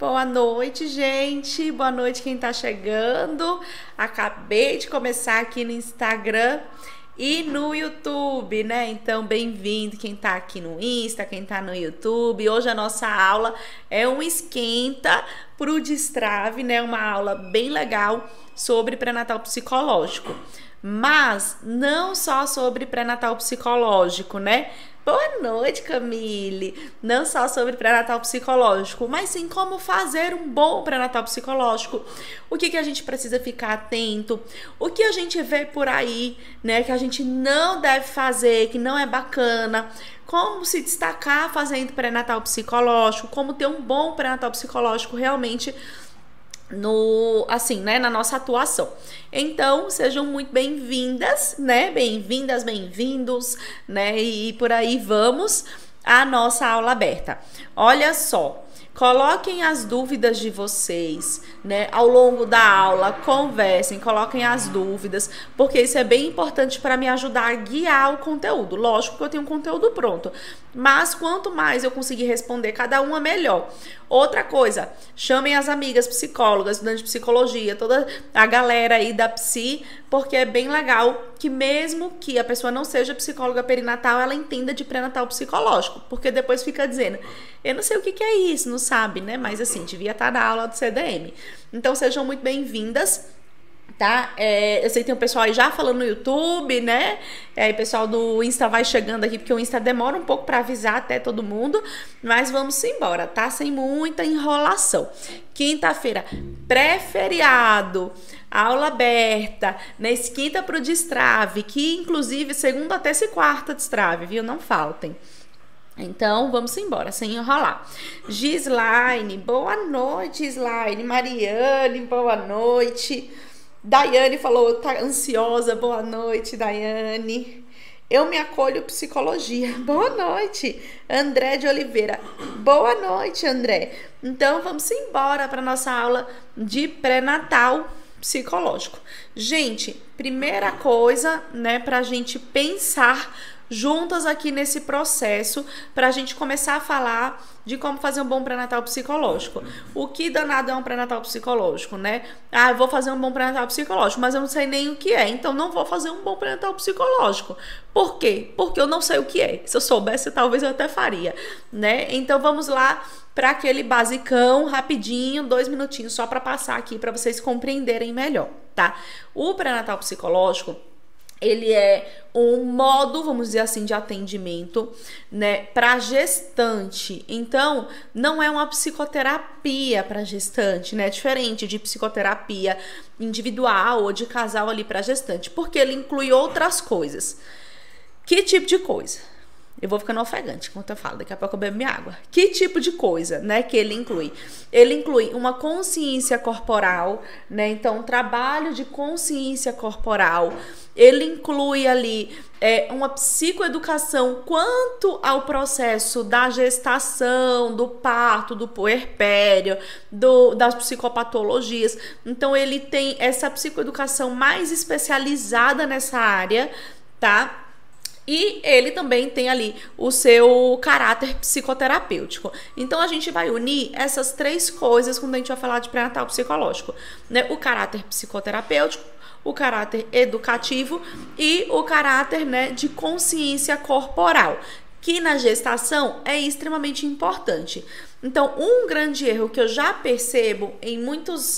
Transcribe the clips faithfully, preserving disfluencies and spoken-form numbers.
Boa noite, gente. Boa noite quem tá chegando. Acabei de começar aqui no Instagram e no YouTube, né? Então, bem-vindo quem tá aqui no Insta, quem tá no YouTube. Hoje a nossa aula é um esquenta pro Destrave, né? Uma aula bem legal sobre pré-natal psicológico. Mas não só sobre pré-natal psicológico, né? Boa noite, Camille! Não só sobre pré-natal psicológico, mas sim como fazer um bom pré-natal psicológico. O que, que a gente precisa ficar atento, o que a gente vê por aí, né, que a gente não deve fazer, que não é bacana, como se destacar fazendo pré-natal psicológico, como ter um bom pré-natal psicológico realmente no, assim, né, na nossa atuação. Então, sejam muito bem-vindas, né, bem-vindas, bem-vindos, né, e por aí vamos à nossa aula aberta. Olha só, coloquem as dúvidas de vocês, né, ao longo da aula, conversem, coloquem as dúvidas, porque isso é bem importante para me ajudar a guiar o conteúdo. Lógico que eu tenho um conteúdo pronto, mas quanto mais eu conseguir responder cada uma, melhor. Outra coisa, chamem as amigas psicólogas, estudantes de psicologia, toda a galera aí da psi, porque é bem legal que mesmo que a pessoa não seja psicóloga perinatal, ela entenda de pré-natal psicológico, porque depois fica dizendo, eu não sei o que, que é isso, não sabe, né? Mas assim, devia estar na aula do C D M. Então sejam muito bem-vindas. Tá? É, eu sei que tem um pessoal aí já falando no YouTube, né? É, o pessoal do Insta vai chegando aqui, porque o Insta demora um pouco para avisar até todo mundo, mas vamos embora, tá? Sem muita enrolação. Quinta-feira, pré-feriado, aula aberta, na esquenta pro Destrave, que inclusive segunda, terça e quarta Destrave, viu? Não faltem. Então, vamos embora, sem enrolar. Gislaine, boa noite, Gislaine. Mariane, boa noite. Daiane falou, tá ansiosa, boa noite, Daiane. Eu me acolho psicologia, boa noite. André de Oliveira, boa noite, André. Então, vamos embora para nossa aula de pré-natal psicológico. Gente, primeira coisa, né, pra gente pensar juntas aqui nesse processo, para a gente começar a falar de como fazer um bom pré-natal psicológico. O que danado é um pré-natal psicológico, né? Ah, eu vou fazer um bom pré-natal psicológico, mas eu não sei nem o que é, então não vou fazer um bom pré-natal psicológico. Por quê? Porque eu não sei o que é. Se eu soubesse, talvez eu até faria, né? Então vamos lá para aquele basicão, rapidinho, dois minutinhos só para passar aqui para vocês compreenderem melhor, tá? O pré-natal psicológico, ele é um modo, vamos dizer assim, de atendimento, né, para gestante. Então, não é uma psicoterapia para gestante, né? Diferente de psicoterapia individual ou de casal ali para gestante, porque ele inclui outras coisas. Que tipo de coisa? Eu vou ficando ofegante enquanto eu falo, daqui a pouco eu bebo minha água. Que tipo de coisa, né, que ele inclui? Ele inclui uma consciência corporal, né? Então, um trabalho de consciência corporal. Ele inclui ali é, uma psicoeducação quanto ao processo da gestação, do parto, do puerpério, do, das psicopatologias. Então, ele tem essa psicoeducação mais especializada nessa área, tá? E ele também tem ali o seu caráter psicoterapêutico. Então, a gente vai unir essas três coisas quando a gente vai falar de pré-natal psicológico, né? O caráter psicoterapêutico, o caráter educativo e o caráter, né, de consciência corporal, que na gestação é extremamente importante. Então, um grande erro que eu já percebo em muitos,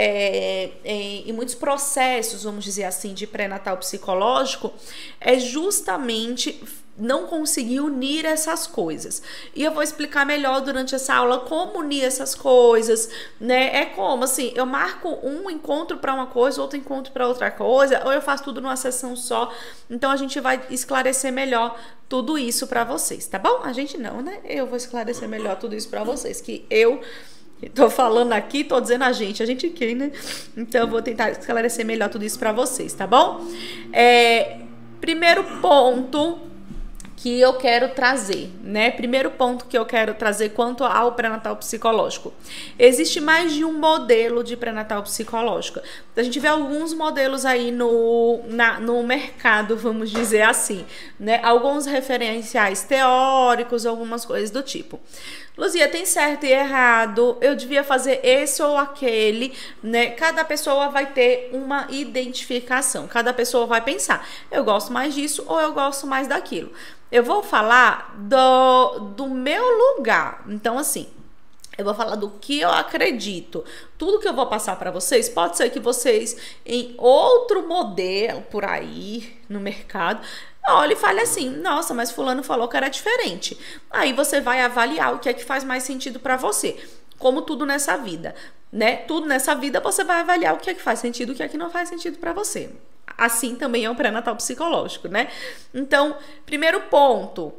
é, em, em muitos processos, vamos dizer assim, de pré-natal psicológico, é justamente não conseguir unir essas coisas. E eu vou explicar melhor durante essa aula como unir essas coisas, né? É como, assim, eu marco um encontro para uma coisa, outro encontro para outra coisa, ou eu faço tudo numa sessão só. Então, a gente vai esclarecer melhor tudo isso para vocês, tá bom? A gente não, né? Eu vou esclarecer melhor tudo isso para vocês, que eu tô falando aqui, tô dizendo a gente, a gente quem, né? Então, eu vou tentar esclarecer melhor tudo isso para vocês, tá bom? É, primeiro ponto que eu quero trazer, né? Primeiro ponto que eu quero trazer quanto ao pré-natal psicológico. Existe mais de um modelo de pré-natal psicológico. A gente vê alguns modelos aí no, na, no mercado, vamos dizer assim, né? Alguns referenciais teóricos, algumas coisas do tipo. Luzia, tem certo e errado, eu devia fazer esse ou aquele, né? Cada pessoa vai ter uma identificação, cada pessoa vai pensar, eu gosto mais disso ou eu gosto mais daquilo. Eu vou falar do, do meu lugar, então assim, eu vou falar do que eu acredito. Tudo que eu vou passar para vocês, pode ser que vocês, em outro modelo por aí no mercado, olha e fale assim, nossa, mas fulano falou que era diferente. Aí você vai avaliar o que é que faz mais sentido para você. Como tudo nessa vida, né? Tudo nessa vida você vai avaliar o que é que faz sentido e o que é que não faz sentido para você. Assim também é um pré-natal psicológico, né? Então, primeiro ponto,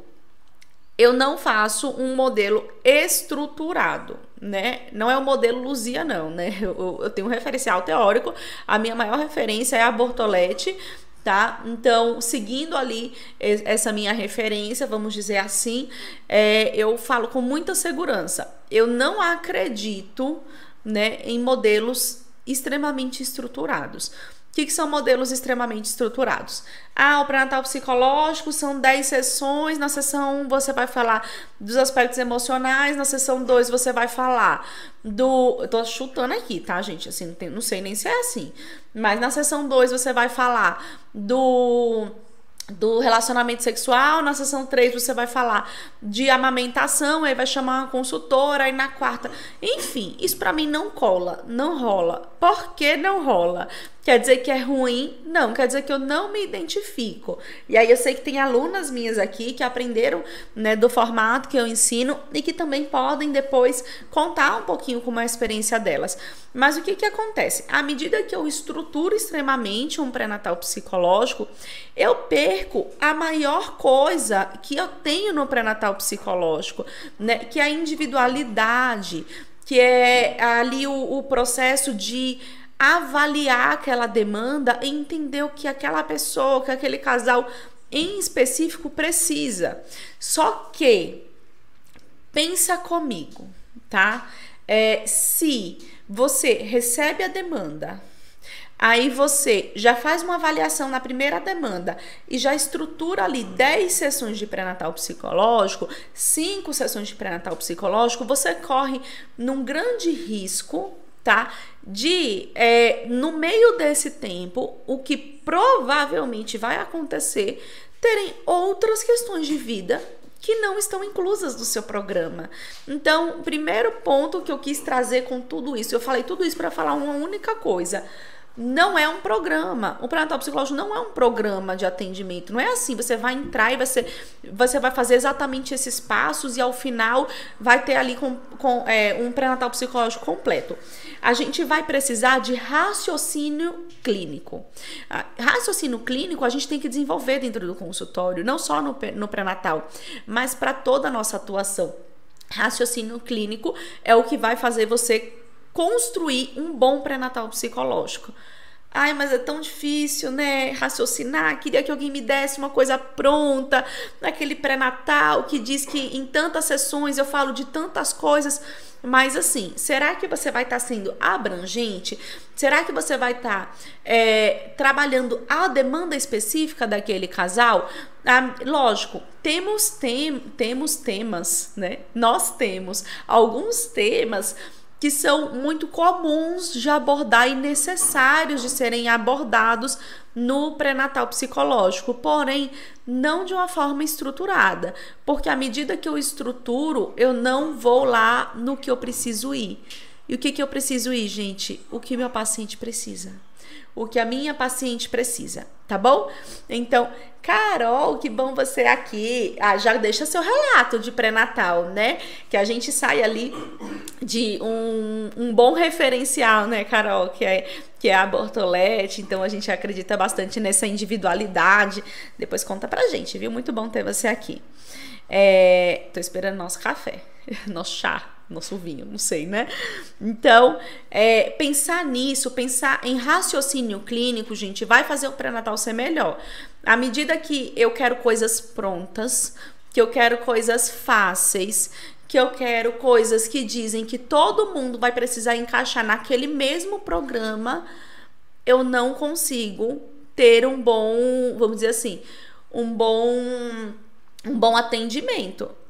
eu não faço um modelo estruturado, né? Não é o modelo Luzia, não, né? Eu, eu tenho um referencial teórico, a minha maior referência é a Bortoletti, tá? Então, seguindo ali essa minha referência, vamos dizer assim, é, eu falo com muita segurança. Eu não acredito, né, em modelos extremamente estruturados. O que, que são modelos extremamente estruturados? Ah, o pré-natal psicológico são dez sessões. Na sessão um você vai falar dos aspectos emocionais, na sessão dois você vai falar do... Eu tô chutando aqui, tá, gente? Assim, não, tem, não sei nem se é assim. Mas na sessão dois você vai falar do... do relacionamento sexual, na sessão três você vai falar de amamentação, aí vai chamar uma consultora, aí na quarta, enfim, isso pra mim não cola, não rola. Por que não rola? Quer dizer que é ruim? Não, quer dizer que eu não me identifico. E aí eu sei que tem alunas minhas aqui que aprenderam, né, do formato que eu ensino e que também podem depois contar um pouquinho como é a experiência delas. Mas o que que acontece? À medida que eu estruturo extremamente um pré-natal psicológico, eu perco a maior coisa que eu tenho no pré-natal psicológico, né, que é a individualidade, que é ali o, o processo de avaliar aquela demanda e entender o que aquela pessoa, que aquele casal em específico precisa. Só que, pensa comigo, tá? É, se você recebe a demanda, aí você já faz uma avaliação na primeira demanda e já estrutura ali dez sessões de pré-natal psicológico, cinco sessões de pré-natal psicológico, você corre num grande risco, tá? De, é, no meio desse tempo, o que provavelmente vai acontecer, terem outras questões de vida que não estão inclusas no seu programa. Então, o primeiro ponto que eu quis trazer com tudo isso, eu falei tudo isso para falar uma única coisa. Não é um programa. O pré-natal psicológico não é um programa de atendimento. Não é assim, você vai entrar e você, você vai fazer exatamente esses passos e ao final vai ter ali com, com, é, um pré-natal psicológico completo. A gente vai precisar de raciocínio clínico. Raciocínio clínico a gente tem que desenvolver dentro do consultório, não só no, no pré-natal, mas para toda a nossa atuação. Raciocínio clínico é o que vai fazer você construir um bom pré-natal psicológico. Ai, mas é tão difícil, né? Raciocinar. Queria que alguém me desse uma coisa pronta, naquele pré-natal que diz que em tantas sessões eu falo de tantas coisas. Mas assim, será que você vai estar tá sendo abrangente? Será que você vai estar tá, é, trabalhando a demanda específica daquele casal? Ah, lógico, temos, tem, temos temas, né? Nós temos alguns temas que são muito comuns de abordar e necessários de serem abordados no pré-natal psicológico, porém não de uma forma estruturada, porque à medida que eu estruturo, eu não vou lá no que eu preciso ir. E o que, que eu preciso ir, gente? O que meu paciente precisa. O que a minha paciente precisa, tá bom? Então, Carol, que bom você aqui. Ah, já deixa seu relato de pré-natal, né? Que a gente sai ali de um, um bom referencial, né, Carol? Que é, que é a Bortoletti. Então, a gente acredita bastante nessa individualidade. Depois conta pra gente, viu? Muito bom ter você aqui. É, tô esperando nosso café, nosso chá. Nosso vinho, não sei, né? Então, é, pensar nisso, pensar em raciocínio clínico, gente, vai fazer o pré-natal ser melhor. À medida que eu quero coisas prontas, que eu quero coisas fáceis, que eu quero coisas que dizem que todo mundo vai precisar encaixar naquele mesmo programa, eu não consigo ter um bom, vamos dizer assim, um bom, um bom atendimento.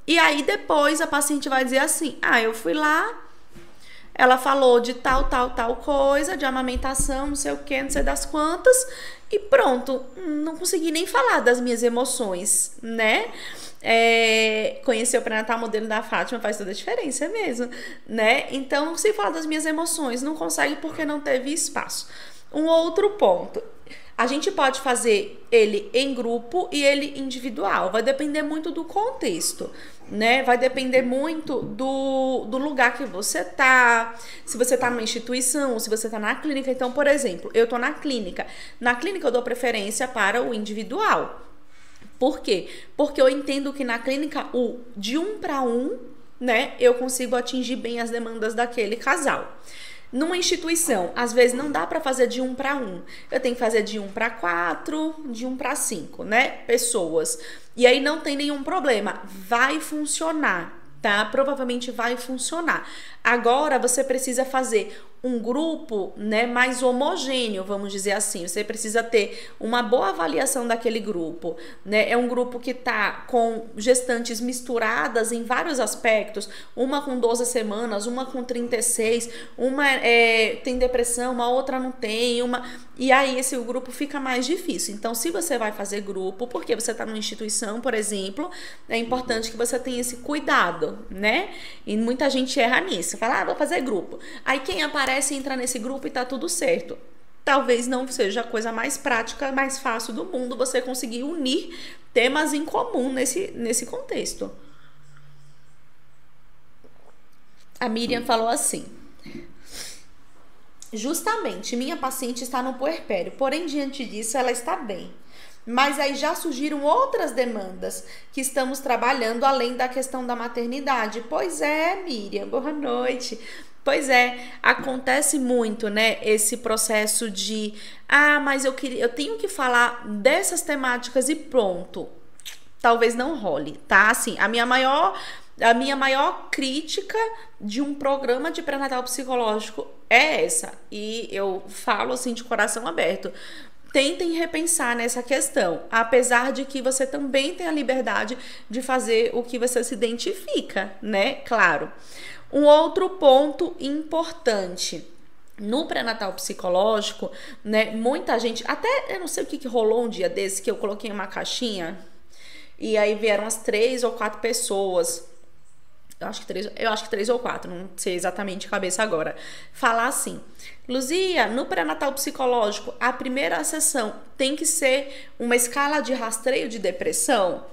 E aí depois a paciente vai dizer assim: ah, eu fui lá, ela falou de tal, tal, tal coisa, de amamentação, não sei o que, não sei das quantas, e pronto, não consegui nem falar das minhas emoções, né? É, conhecer o pré-natal modelo da Fátima faz toda a diferença mesmo, né? Então, se falar das minhas emoções, não consegue porque não teve espaço. Um outro ponto, a gente pode fazer ele em grupo e ele individual, vai depender muito do contexto, né? Vai depender muito do, do lugar que você tá, se você tá numa instituição, se você tá na clínica. Então, por exemplo, eu tô na clínica. Na clínica eu dou preferência para o individual. Por quê? Porque eu entendo que na clínica, o de um para um, né, eu consigo atingir bem as demandas daquele casal. Numa instituição, às vezes não dá para fazer de um para um. Eu tenho que fazer de um para quatro, de um para cinco, né, pessoas. E aí não tem nenhum problema. Vai funcionar, tá? Provavelmente vai funcionar. Agora você precisa fazer um grupo, né, mais homogêneo, vamos dizer assim. Você precisa ter uma boa avaliação daquele grupo, né? É um grupo que tá com gestantes misturadas em vários aspectos, uma com doze semanas, uma com trinta e seis, uma é, tem depressão, uma outra não tem, uma... E aí esse grupo fica mais difícil. Então, se você vai fazer grupo, porque você tá numa instituição, por exemplo, é importante que você tenha esse cuidado, né? E muita gente erra nisso, fala, ah, vou fazer grupo. Aí quem aparece entra nesse grupo e tá tudo certo. Talvez não seja a coisa mais prática, mais fácil do mundo você conseguir unir temas em comum nesse, nesse contexto. A Miriam falou assim: justamente, minha paciente está no puerpério, porém diante disso ela está bem. Mas aí já surgiram outras demandas que estamos trabalhando além da questão da maternidade. Pois é, Miriam, boa noite. Pois é, acontece muito, né, esse processo de, ah, mas eu queria, eu tenho que falar dessas temáticas e pronto. Talvez não role, tá? Assim, a minha maior, a minha maior crítica de um programa de pré-natal psicológico é essa. E eu falo assim de coração aberto. Tentem repensar nessa questão, apesar de que você também tem a liberdade de fazer o que você se identifica, né? Claro. Um outro ponto importante no pré-natal psicológico, né? Muita gente, até eu não sei o que, que rolou um dia desse, que eu coloquei uma caixinha e aí vieram as três ou quatro pessoas. Eu acho que três, eu acho que três ou quatro, não sei exatamente de cabeça agora. Falar assim: Luzia, no pré-natal psicológico, a primeira sessão tem que ser uma escala de rastreio de depressão?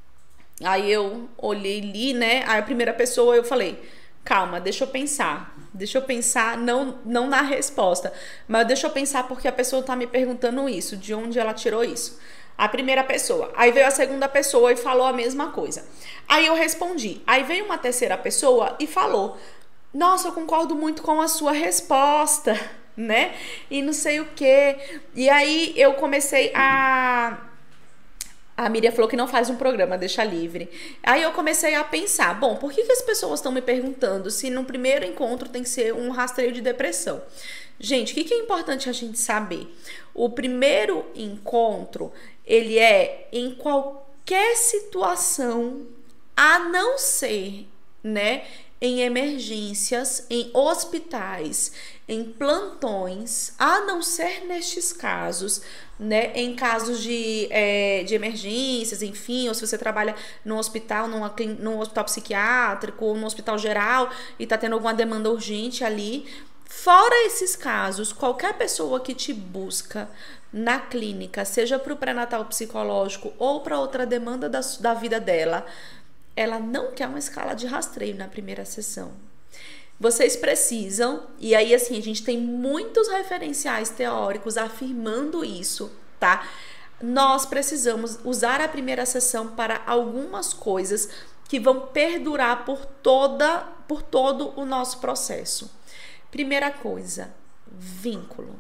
Aí eu olhei ali, né? Aí a primeira pessoa eu falei: calma, deixa eu pensar. Deixa eu pensar, não, não na resposta, mas deixa eu pensar porque a pessoa tá me perguntando isso, de onde ela tirou isso. A primeira pessoa. Aí veio a segunda pessoa e falou a mesma coisa. Aí eu respondi. Aí veio uma terceira pessoa e falou: nossa, eu concordo muito com a sua resposta, né? E não sei o quê. E aí eu comecei a... A Miriam falou que não faz um programa, deixa livre. Aí eu comecei a pensar, bom, por que, que as pessoas estão me perguntando se no primeiro encontro tem que ser um rastreio de depressão? Gente, o que, que é importante a gente saber? O primeiro encontro, ele é em qualquer situação, a não ser, né, em emergências, em hospitais, em plantões, a não ser nestes casos, né, em casos de, é, de emergências, enfim, ou se você trabalha num hospital, numa, num hospital psiquiátrico, ou num hospital geral e tá tendo alguma demanda urgente ali. Fora esses casos, qualquer pessoa que te busca na clínica, seja para o pré-natal psicológico ou para outra demanda da, da vida dela, ela não quer uma escala de rastreio na primeira sessão. Vocês precisam, e aí assim, a gente tem muitos referenciais teóricos afirmando isso, tá? Nós precisamos usar a primeira sessão para algumas coisas que vão perdurar por, toda, por todo o nosso processo. Primeira coisa, vínculo.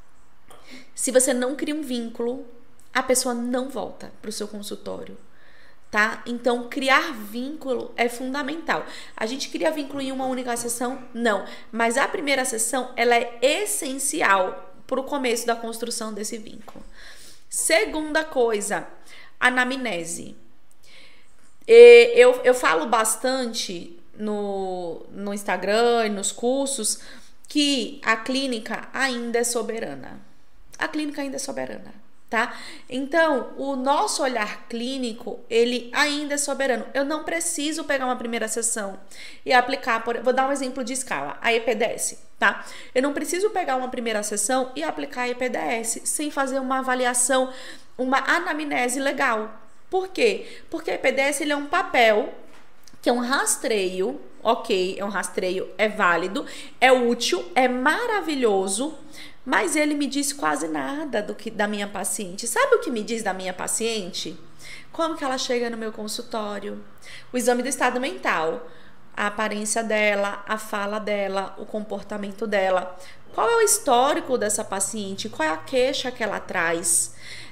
Se você não cria um vínculo, a pessoa não volta para o seu consultório. Tá? Então, criar vínculo é fundamental. A gente cria vínculo em uma única sessão? Não. Mas a primeira sessão, ela é essencial para o começo da construção desse vínculo. Segunda coisa, anamnese. E eu, eu falo bastante no, no Instagram e nos cursos que a clínica ainda é soberana. A clínica ainda é soberana, tá? Então, o nosso olhar clínico, ele ainda é soberano. Eu não preciso pegar uma primeira sessão e aplicar, por, vou dar um exemplo de escala, a E P D S, tá? Eu não preciso pegar uma primeira sessão e aplicar a E P D S sem fazer uma avaliação, uma anamnese legal. Por quê? Porque a E P D S ele é um papel que é um rastreio, ok, é um rastreio, é válido, é útil, é maravilhoso, mas ele me diz quase nada do que da minha paciente. Sabe o que me diz da minha paciente? Como que ela chega no meu consultório? O exame do estado mental, a aparência dela, a fala dela, o comportamento dela. Qual é o histórico dessa paciente? Qual é a queixa que ela traz?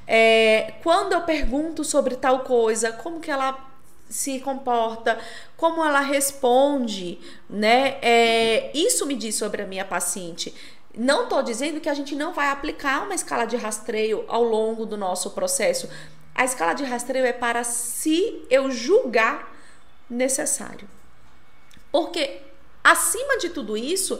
É, quando eu pergunto sobre tal coisa, como que ela se comporta, como ela responde, né? É, isso me diz sobre a minha paciente. Não estou dizendo que a gente não vai aplicar uma escala de rastreio ao longo do nosso processo. A escala de rastreio é para se eu julgar necessário. Porque acima de tudo isso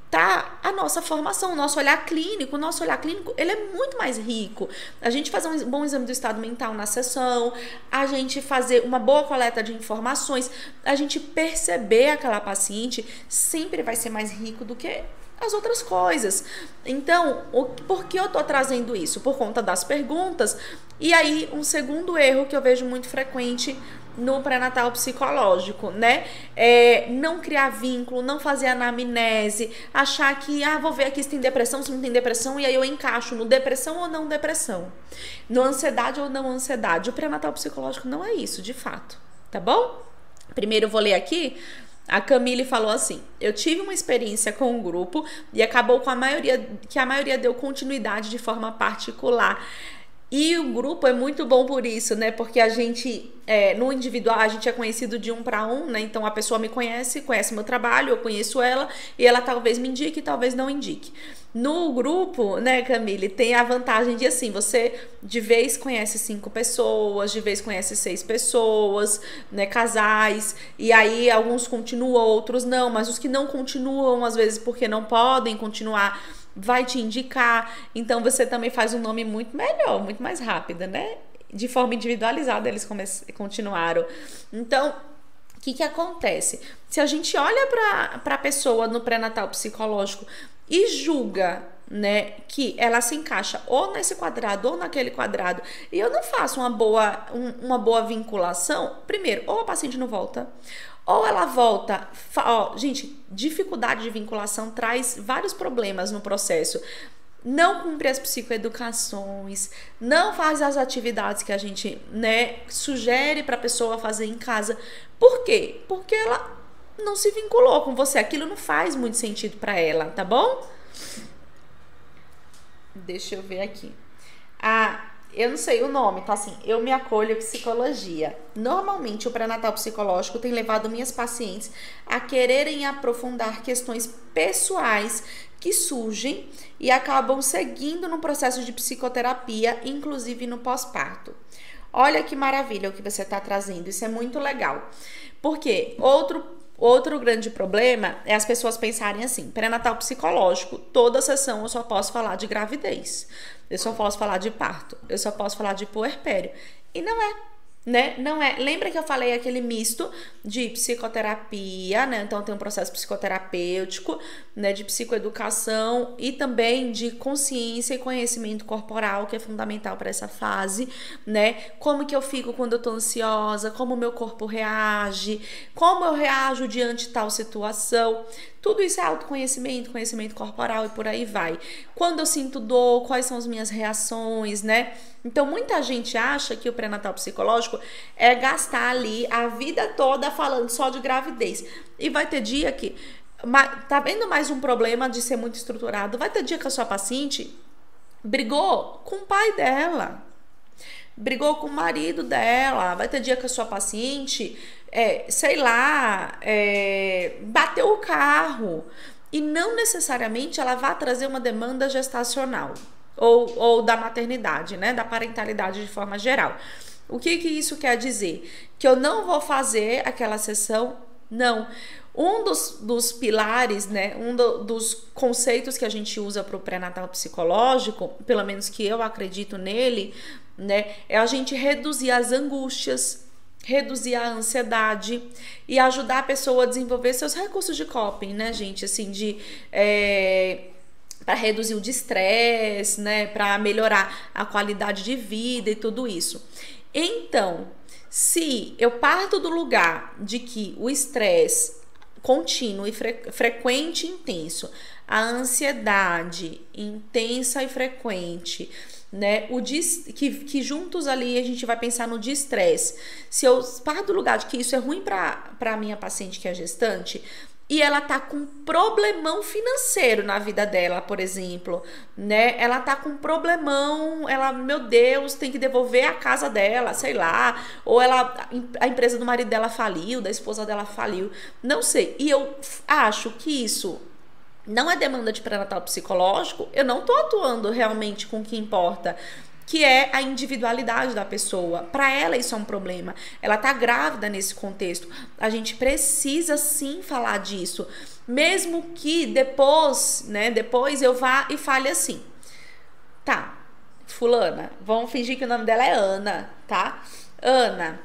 tá a nossa formação, o nosso olhar clínico. O nosso olhar clínico, ele é muito mais rico. A gente fazer um bom exame do estado mental na sessão, a gente fazer uma boa coleta de informações, a gente perceber aquela paciente sempre vai ser mais rico do que as outras coisas. Então, o, por que eu tô trazendo isso? Por conta das perguntas. E aí, um segundo erro que eu vejo muito frequente no pré-natal psicológico, né? É não criar vínculo, não fazer anamnese, achar que, ah, vou ver aqui se tem depressão, se não tem depressão, e aí eu encaixo no depressão ou não depressão, no ansiedade ou não ansiedade. O pré-natal psicológico não é isso, de fato, tá bom? Primeiro eu vou ler aqui. A Camille falou assim: eu tive uma experiência com um grupo e acabou com a maioria, que a maioria deu continuidade de forma particular. E o grupo é muito bom por isso, né? Porque a gente, é, no individual, a gente é conhecido de um para um, né? Então a pessoa me conhece, conhece meu trabalho, eu conheço ela, e ela talvez me indique, talvez não indique. No grupo, né, Camille, tem a vantagem de assim, você de vez conhece cinco pessoas, de vez conhece seis pessoas, né, casais, e aí alguns continuam, outros não, mas os que não continuam, às vezes porque não podem continuar, vai te indicar. Então você também faz um nome muito melhor, muito mais rápido, né? De forma individualizada eles continuaram. Então, o que que acontece? Se a gente olha para a pessoa no pré-natal psicológico e julga, né, que ela se encaixa ou nesse quadrado ou naquele quadrado, e eu não faço uma boa, um, uma boa vinculação, primeiro, ou a paciente não volta, ou ela volta. Ó, gente, dificuldade de vinculação traz vários problemas no processo. Não cumpre as psicoeducações, não faz as atividades que a gente, né, sugere para a pessoa fazer em casa. Por quê? Porque ela não se vinculou com você. Aquilo não faz muito sentido para ela, tá bom? Deixa eu ver aqui. Ah, eu não sei o nome, tá assim, eu me acolho psicologia. Normalmente o pré-natal psicológico tem levado minhas pacientes a quererem aprofundar questões pessoais que surgem e acabam seguindo no processo de psicoterapia, inclusive no pós-parto. Olha que maravilha o que você está trazendo, isso é muito legal. Porque outro Outro grande problema é as pessoas pensarem assim: pré-natal psicológico, toda sessão eu só posso falar de gravidez, eu só posso falar de parto, eu só posso falar de puerpério. E não é, né? Não é. Lembra que eu falei aquele misto de psicoterapia, né? Então tem um processo psicoterapêutico, né? De psicoeducação e também de consciência e conhecimento corporal, que é fundamental para essa fase, né? Como que eu fico quando eu tô ansiosa, como o meu corpo reage, como eu reajo diante de tal situação. Tudo isso é autoconhecimento, conhecimento corporal e por aí vai. Quando eu sinto dor, quais são as minhas reações, né? Então, muita gente acha que o pré-natal psicológico é gastar ali a vida toda falando só de gravidez. E vai ter dia que... Tá vendo mais um problema de ser muito estruturado? Vai ter dia que a sua paciente brigou com o pai dela, brigou com o marido dela. Vai ter dia que a sua paciente... É, sei lá, é, bateu o carro, e não necessariamente ela vai trazer uma demanda gestacional ou, ou da maternidade, né, da parentalidade de forma geral. O que que isso quer dizer? Que eu não vou fazer aquela sessão? Não. Um dos, dos pilares, né, um do, dos conceitos que a gente usa para o pré-natal psicológico, pelo menos que eu acredito nele, né, é a gente reduzir as angústias, reduzir a ansiedade e ajudar a pessoa a desenvolver seus recursos de coping, né, gente, assim, de... É, para reduzir o estresse, né, para melhorar a qualidade de vida e tudo isso. Então, se eu parto do lugar de que o estresse contínuo e fre frequente e intenso, a ansiedade intensa e frequente, né, o que, que juntos ali a gente vai pensar no estresse. Se eu parto do lugar de que isso é ruim para a minha paciente que é gestante, e ela tá com um problemão financeiro na vida dela, por exemplo, né? Ela tá com um problemão, ela, meu Deus, tem que devolver a casa dela, sei lá, ou ela, a empresa do marido dela faliu, da esposa dela faliu, não sei. E eu acho que isso não é demanda de pré-natal psicológico, eu não tô atuando realmente com o que importa, que é a individualidade da pessoa. Para ela isso é um problema. Ela tá grávida nesse contexto. A gente precisa sim falar disso, mesmo que depois, né, depois eu vá e fale assim: tá, fulana, vamos fingir que o nome dela é Ana, tá? Ana,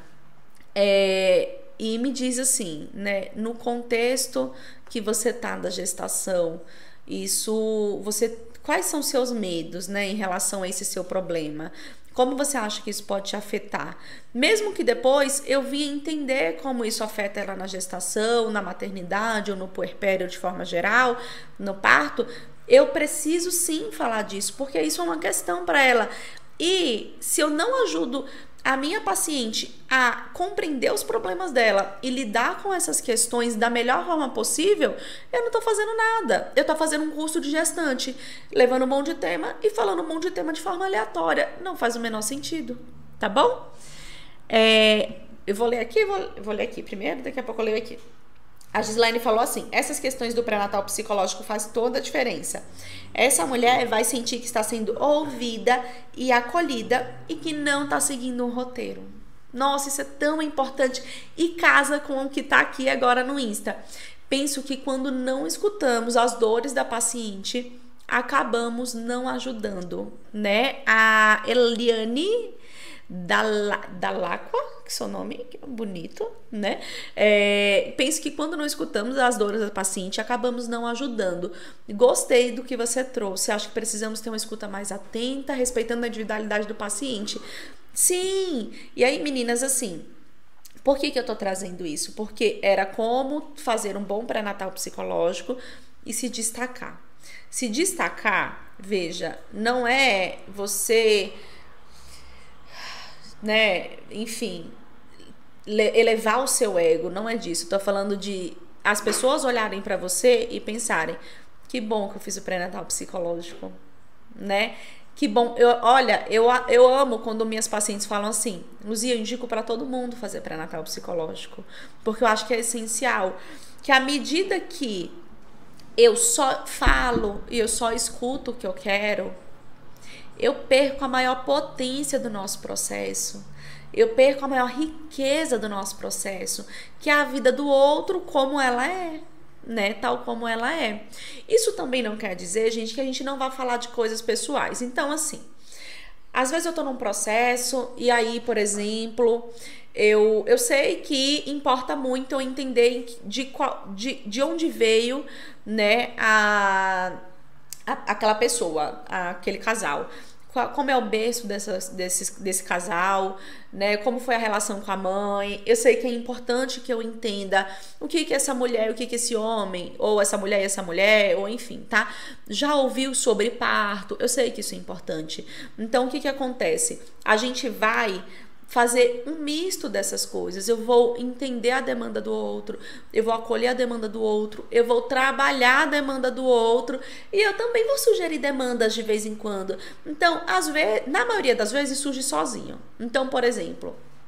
é, e me diz assim, né, no contexto que você tá da gestação, isso, você... Quais são seus medos, né, em relação a esse seu problema? Como você acha que isso pode te afetar? Mesmo que depois eu venha entender como isso afeta ela na gestação, na maternidade ou no puerpério de forma geral, no parto, eu preciso sim falar disso, porque isso é uma questão para ela. E se eu não ajudo a minha paciente a compreender os problemas dela e lidar com essas questões da melhor forma possível, eu não tô fazendo nada. Eu tô fazendo um curso de gestante, levando um monte de tema e falando um monte de tema de forma aleatória. Não faz o menor sentido, tá bom? É, eu vou ler aqui, vou, vou ler aqui primeiro, daqui a pouco eu leio aqui. A Gislaine falou assim: essas questões do pré-natal psicológico faz toda a diferença. Essa mulher vai sentir que está sendo ouvida e acolhida e que não está seguindo um roteiro. Nossa, isso é tão importante e casa com o que está aqui agora no Insta. Penso que quando não escutamos as dores da paciente, acabamos não ajudando, né? A Eliane Dalacqua, que seu nome é bonito, né? É, penso que quando não escutamos as dores da paciente, acabamos não ajudando. Gostei do que você trouxe. Acho que precisamos ter uma escuta mais atenta, respeitando a individualidade do paciente. Sim! E aí, meninas, assim, por que que eu tô trazendo isso? Porque era como fazer um bom pré-natal psicológico e se destacar. Se destacar, veja, não é você... né, enfim, elevar o seu ego, não é disso. Estou falando de as pessoas olharem para você e pensarem: que bom que eu fiz o pré-natal psicológico, né? Que bom, eu, olha, eu, eu amo quando minhas pacientes falam assim: Luzia, eu indico para todo mundo fazer pré-natal psicológico, porque eu acho que é essencial, que à medida que eu só falo e eu só escuto o que eu quero, eu perco a maior potência do nosso processo, eu perco a maior riqueza do nosso processo, que é a vida do outro como ela é, né? Tal como ela é. Isso também não quer dizer, gente, que a gente não vai falar de coisas pessoais. Então, assim, às vezes eu tô num processo e aí, por exemplo, eu, eu sei que importa muito eu entender de, qual, de, de onde veio, né, a... aquela pessoa, aquele casal, como é o berço dessa, desse, desse casal, né? Como foi a relação com a mãe. Eu sei que é importante que eu entenda o que que essa mulher, o que que esse homem, ou essa mulher e essa mulher, ou enfim, tá? Já ouviu sobre parto, eu sei que isso é importante. Então, o que que acontece? A gente vai fazer um misto dessas coisas. Eu vou entender a demanda do outro, eu vou acolher a demanda do outro, eu vou trabalhar a demanda do outro e eu também vou sugerir demandas de vez em quando. Então, às vezes, na maioria das vezes surge sozinho. Então, por exemplo,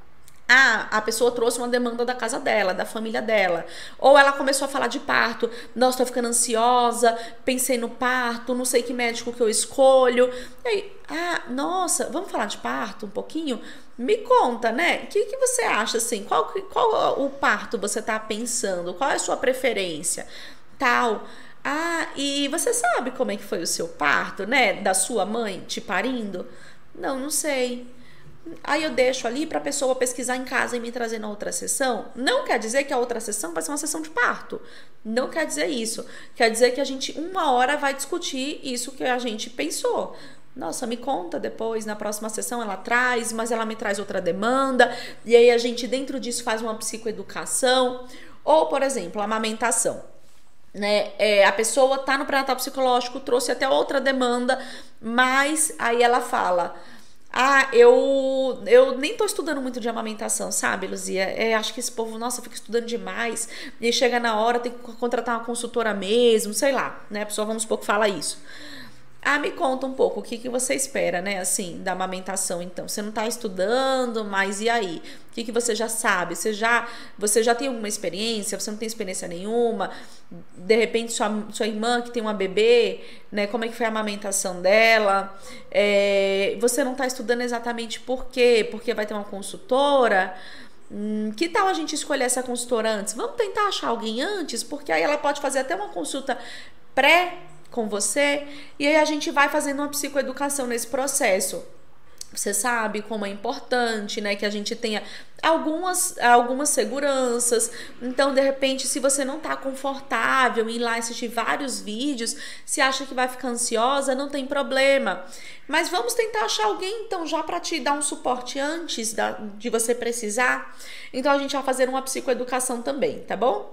Ah, a pessoa trouxe uma demanda da casa dela, da família dela. Ou ela começou a falar de parto. Nossa, tô ficando ansiosa, pensei no parto, não sei que médico que eu escolho. E aí, ah, nossa, vamos falar de parto um pouquinho? Me conta, né? O que, que você acha, assim? Qual, qual o parto você tá pensando? Qual é a sua preferência? Tal. Ah, e você sabe como é que foi o seu parto, né? Da sua mãe te parindo? Não, não sei. Aí eu deixo ali para a pessoa pesquisar em casa e me trazer na outra sessão. Não quer dizer que a outra sessão vai ser uma sessão de parto. Não quer dizer isso. Quer dizer que a gente, uma hora, vai discutir isso que a gente pensou. Nossa, me conta depois, na próxima sessão ela traz, mas ela me traz outra demanda. E aí a gente, dentro disso, faz uma psicoeducação. Ou, por exemplo, a amamentação. Né? É, a pessoa tá no pré-natal psicológico, trouxe até outra demanda, mas aí ela fala... Ah, eu, eu nem tô estudando muito de amamentação, sabe, Luzia? É, acho que esse povo, nossa, fica estudando demais. E aí chega na hora, tem que contratar uma consultora mesmo, sei lá, né? A pessoa, vamos supor, que fala isso. Ah, me conta um pouco, o que, que você espera, né, assim, da amamentação, então? Você não tá estudando, mas e aí? O que, que você já sabe? Você já, você já tem alguma experiência? Você não tem experiência nenhuma? De repente, sua, sua irmã que tem uma bebê, né, como é que foi a amamentação dela? É, você não tá estudando exatamente por quê? Porque vai ter uma consultora? Hum, que tal a gente escolher essa consultora antes? Vamos tentar achar alguém antes? Porque aí ela pode fazer até uma consulta pré com você, e aí a gente vai fazendo uma psicoeducação nesse processo. Você sabe como é importante, né, que a gente tenha algumas, algumas seguranças. Então, de repente, se você não tá confortável em ir lá assistir vários vídeos, se acha que vai ficar ansiosa, não tem problema. Mas vamos tentar achar alguém, então, já para te dar um suporte antes da, de você precisar. Então, a gente vai fazer uma psicoeducação também, tá bom?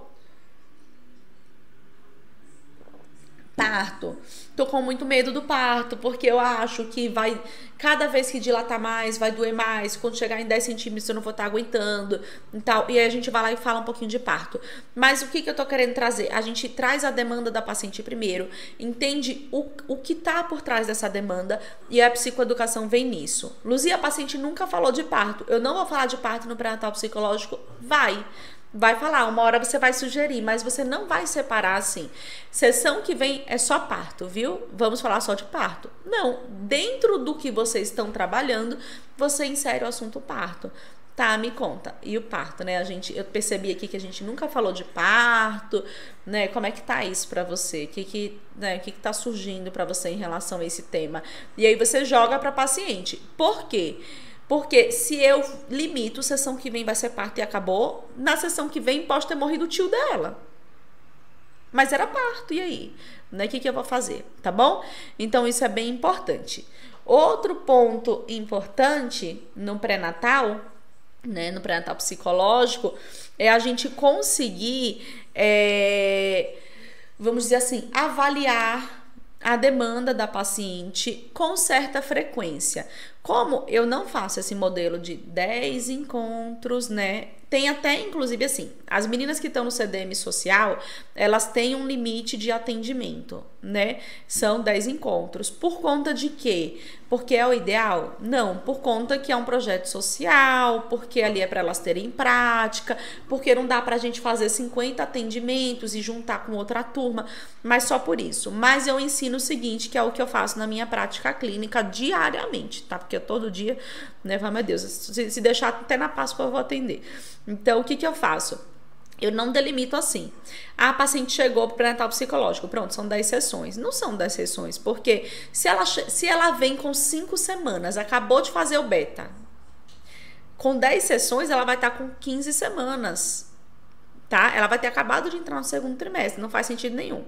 Parto. Tô com muito medo do parto, porque eu acho que vai, cada vez que dilatar mais, vai doer mais. Quando chegar em dez centímetros, eu não vou estar aguentando e tal. E aí a gente vai lá e fala um pouquinho de parto. Mas o que, que eu tô querendo trazer? A gente traz a demanda da paciente primeiro, entende o, o que tá por trás dessa demanda, e a psicoeducação vem nisso. Luzia, a paciente nunca falou de parto. Eu não vou falar de parto no pré-natal psicológico? Vai. Vai falar, uma hora você vai sugerir, mas você não vai separar assim. Sessão que vem é só parto, viu? Vamos falar só de parto. Não, dentro do que vocês estão trabalhando, você insere o assunto parto. Tá, me conta. E o parto, né? A gente, eu percebi aqui que a gente nunca falou de parto, né? Como é que tá isso pra você? O que que, né? O que que tá surgindo pra você em relação a esse tema? E aí você joga pra paciente. Por quê? Porque se eu limito, sessão que vem vai ser parto e acabou, na sessão que vem pode ter morrido o tio dela. Mas era parto, e aí? Né? O que, que eu vou fazer? Tá bom? Então, isso é bem importante. Outro ponto importante no pré-natal, né, no pré-natal psicológico, é a gente conseguir, é, vamos dizer assim, avaliar a demanda da paciente com certa frequência. Como eu não faço esse modelo de dez encontros, né? Tem até, inclusive, assim, as meninas que estão no C D M social, elas têm um limite de atendimento, né? São dez encontros. Por conta de quê? Porque é o ideal? Não, por conta que é um projeto social, porque ali é para elas terem prática, porque não dá pra gente fazer cinquenta atendimentos e juntar com outra turma, mas só por isso. Mas eu ensino o seguinte, que é o que eu faço na minha prática clínica diariamente, tá? Porque todo dia, né, vai, meu Deus, se, se deixar até na Páscoa eu vou atender. Então, o que que eu faço? Eu não delimito assim. A paciente chegou para o pré-natal psicológico, pronto, são dez sessões. Não são dez sessões, porque se ela, se ela vem com cinco semanas, acabou de fazer o beta, com dez sessões, ela vai estar com quinze semanas, tá? Ela vai ter acabado de entrar no segundo trimestre, não faz sentido nenhum.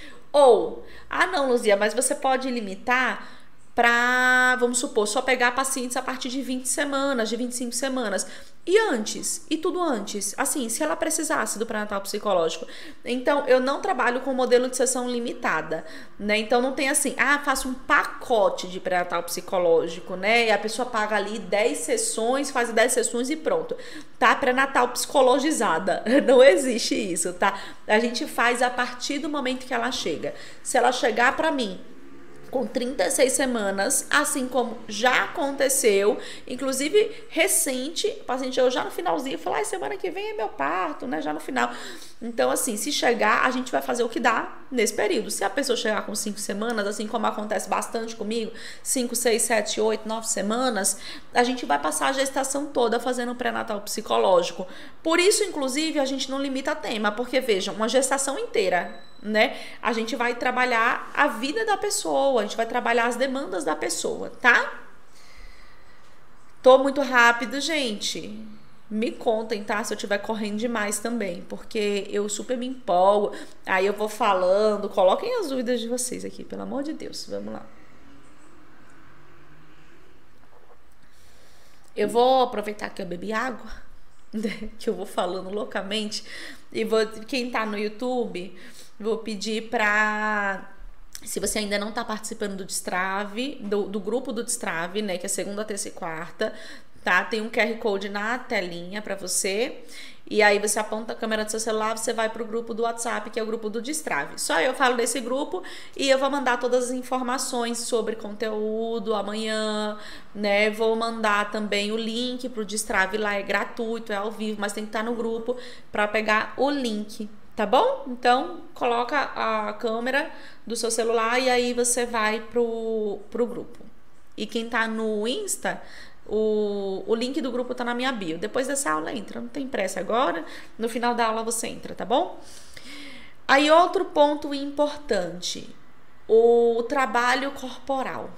Ou, ah não, Luzia, mas você pode limitar para, vamos supor, só pegar pacientes a partir de vinte semanas, de vinte e cinco semanas. E antes? E tudo antes? Assim, se ela precisasse do pré-natal psicológico. Então, eu não trabalho com modelo de sessão limitada, né? Então, não tem assim, ah, faço um pacote de pré-natal psicológico, né? E a pessoa paga ali dez sessões, faz dez sessões e pronto. Tá? Pré-natal psicologizada. Não existe isso, tá? A gente faz a partir do momento que ela chega. Se ela chegar para mim com trinta e seis semanas, assim como já aconteceu, inclusive recente, o paciente eu já no finalzinho falou, ah, semana que vem é meu parto, né, já no final. Então, assim, se chegar, a gente vai fazer o que dá nesse período. Se a pessoa chegar com cinco semanas, assim como acontece bastante comigo, cinco, seis, sete, oito, nove semanas, a gente vai passar a gestação toda fazendo pré-natal psicológico. Por isso, inclusive, a gente não limita tema, porque, vejam, uma gestação inteira, né? A gente vai trabalhar a vida da pessoa, a gente vai trabalhar as demandas da pessoa, tá? Tô muito rápido, gente. Me contem, tá? Se eu estiver correndo demais também, porque eu super me empolgo. Aí eu vou falando. Coloquem as dúvidas de vocês aqui, pelo amor de Deus. Vamos lá. Eu vou aproveitar que eu bebi água, né? Que eu vou falando loucamente. E vou, quem tá no YouTube, vou pedir pra... Se você ainda não tá participando do Destrave, do, do grupo do Destrave, né? Que é segunda, terça e quarta, tá? Tem um Q R Code na telinha pra você. E aí você aponta a câmera do seu celular, você vai pro grupo do WhatsApp, que é o grupo do Destrave. Só eu falo desse grupo e eu vou mandar todas as informações sobre conteúdo amanhã, né? Vou mandar também o link pro Destrave, lá é gratuito, é ao vivo, mas tem que estar no grupo pra pegar o link. Tá bom? Então, coloca a câmera do seu celular e aí você vai pro, pro grupo. E quem tá no Insta, o, o link do grupo tá na minha bio. Depois dessa aula entra, não tem pressa agora. No final da aula você entra, tá bom? Aí, outro ponto importante, o trabalho corporal.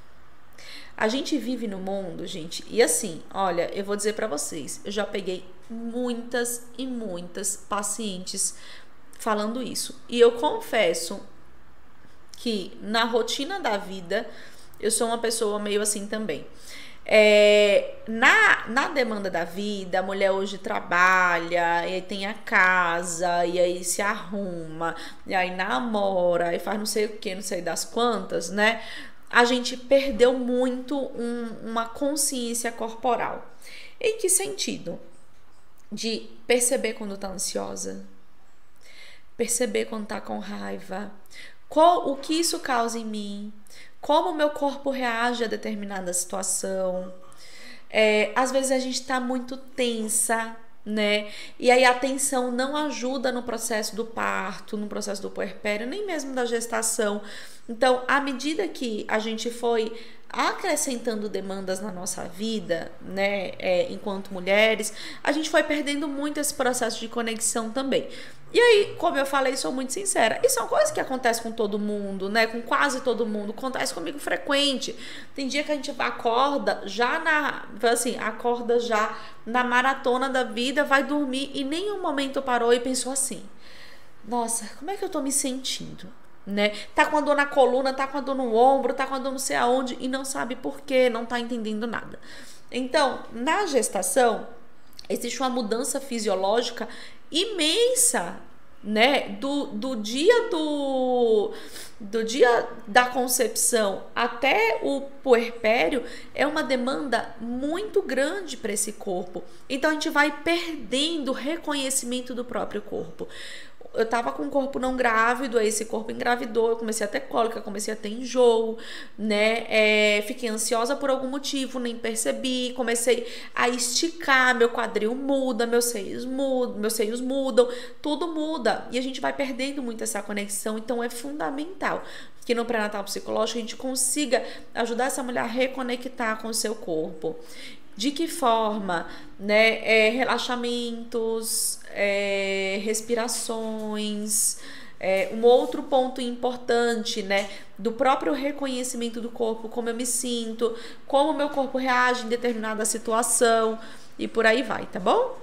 A gente vive no mundo, gente, e assim, olha, eu vou dizer pra vocês, eu já peguei muitas e muitas pacientes falando isso. E eu confesso que na rotina da vida, eu sou uma pessoa meio assim também. É, na, na demanda da vida, a mulher hoje trabalha, e aí tem a casa, e aí se arruma, e aí namora, e faz não sei o que, não sei das quantas, né? A gente perdeu muito um, uma consciência corporal. Em que sentido? De perceber quando tá ansiosa, perceber quando tá com raiva, qual, o que isso causa em mim, como o meu corpo reage a determinada situação. É, às vezes a gente tá muito tensa, né? E aí a tensão não ajuda no processo do parto, no processo do puerpério, nem mesmo da gestação. Então, à medida que a gente foi acrescentando demandas na nossa vida, né, é, enquanto mulheres, a gente foi perdendo muito esse processo de conexão também. E aí, como eu falei, sou muito sincera, e são coisas que acontecem com todo mundo, né, com quase todo mundo, acontece comigo frequente. Tem dia que a gente acorda já na, assim, acorda já na maratona da vida, vai dormir e nenhum momento parou e pensou assim, nossa, como é que eu tô me sentindo? Né? Tá com a dor na coluna, tá com a dor no ombro, tá com a dor não sei aonde e não sabe por quê, não tá entendendo nada. Então, na gestação, existe uma mudança fisiológica imensa, né? Do, do dia do, do dia da concepção até o puerpério é uma demanda muito grande para esse corpo. Então, a gente vai perdendo o reconhecimento do próprio corpo. Eu tava com um corpo não grávido, aí esse corpo engravidou, eu comecei a ter cólica, comecei a ter enjoo, né, é, fiquei ansiosa por algum motivo, nem percebi, comecei a esticar, meu quadril muda, meus seios mudam, meus seios mudam, tudo muda, e a gente vai perdendo muito essa conexão, então é fundamental que no pré-natal psicológico a gente consiga ajudar essa mulher a reconectar com o seu corpo. De que forma, né? É, relaxamentos, é, respirações. É, um outro ponto importante, né? Do próprio reconhecimento do corpo, como eu me sinto, como o meu corpo reage em determinada situação e por aí vai, tá bom?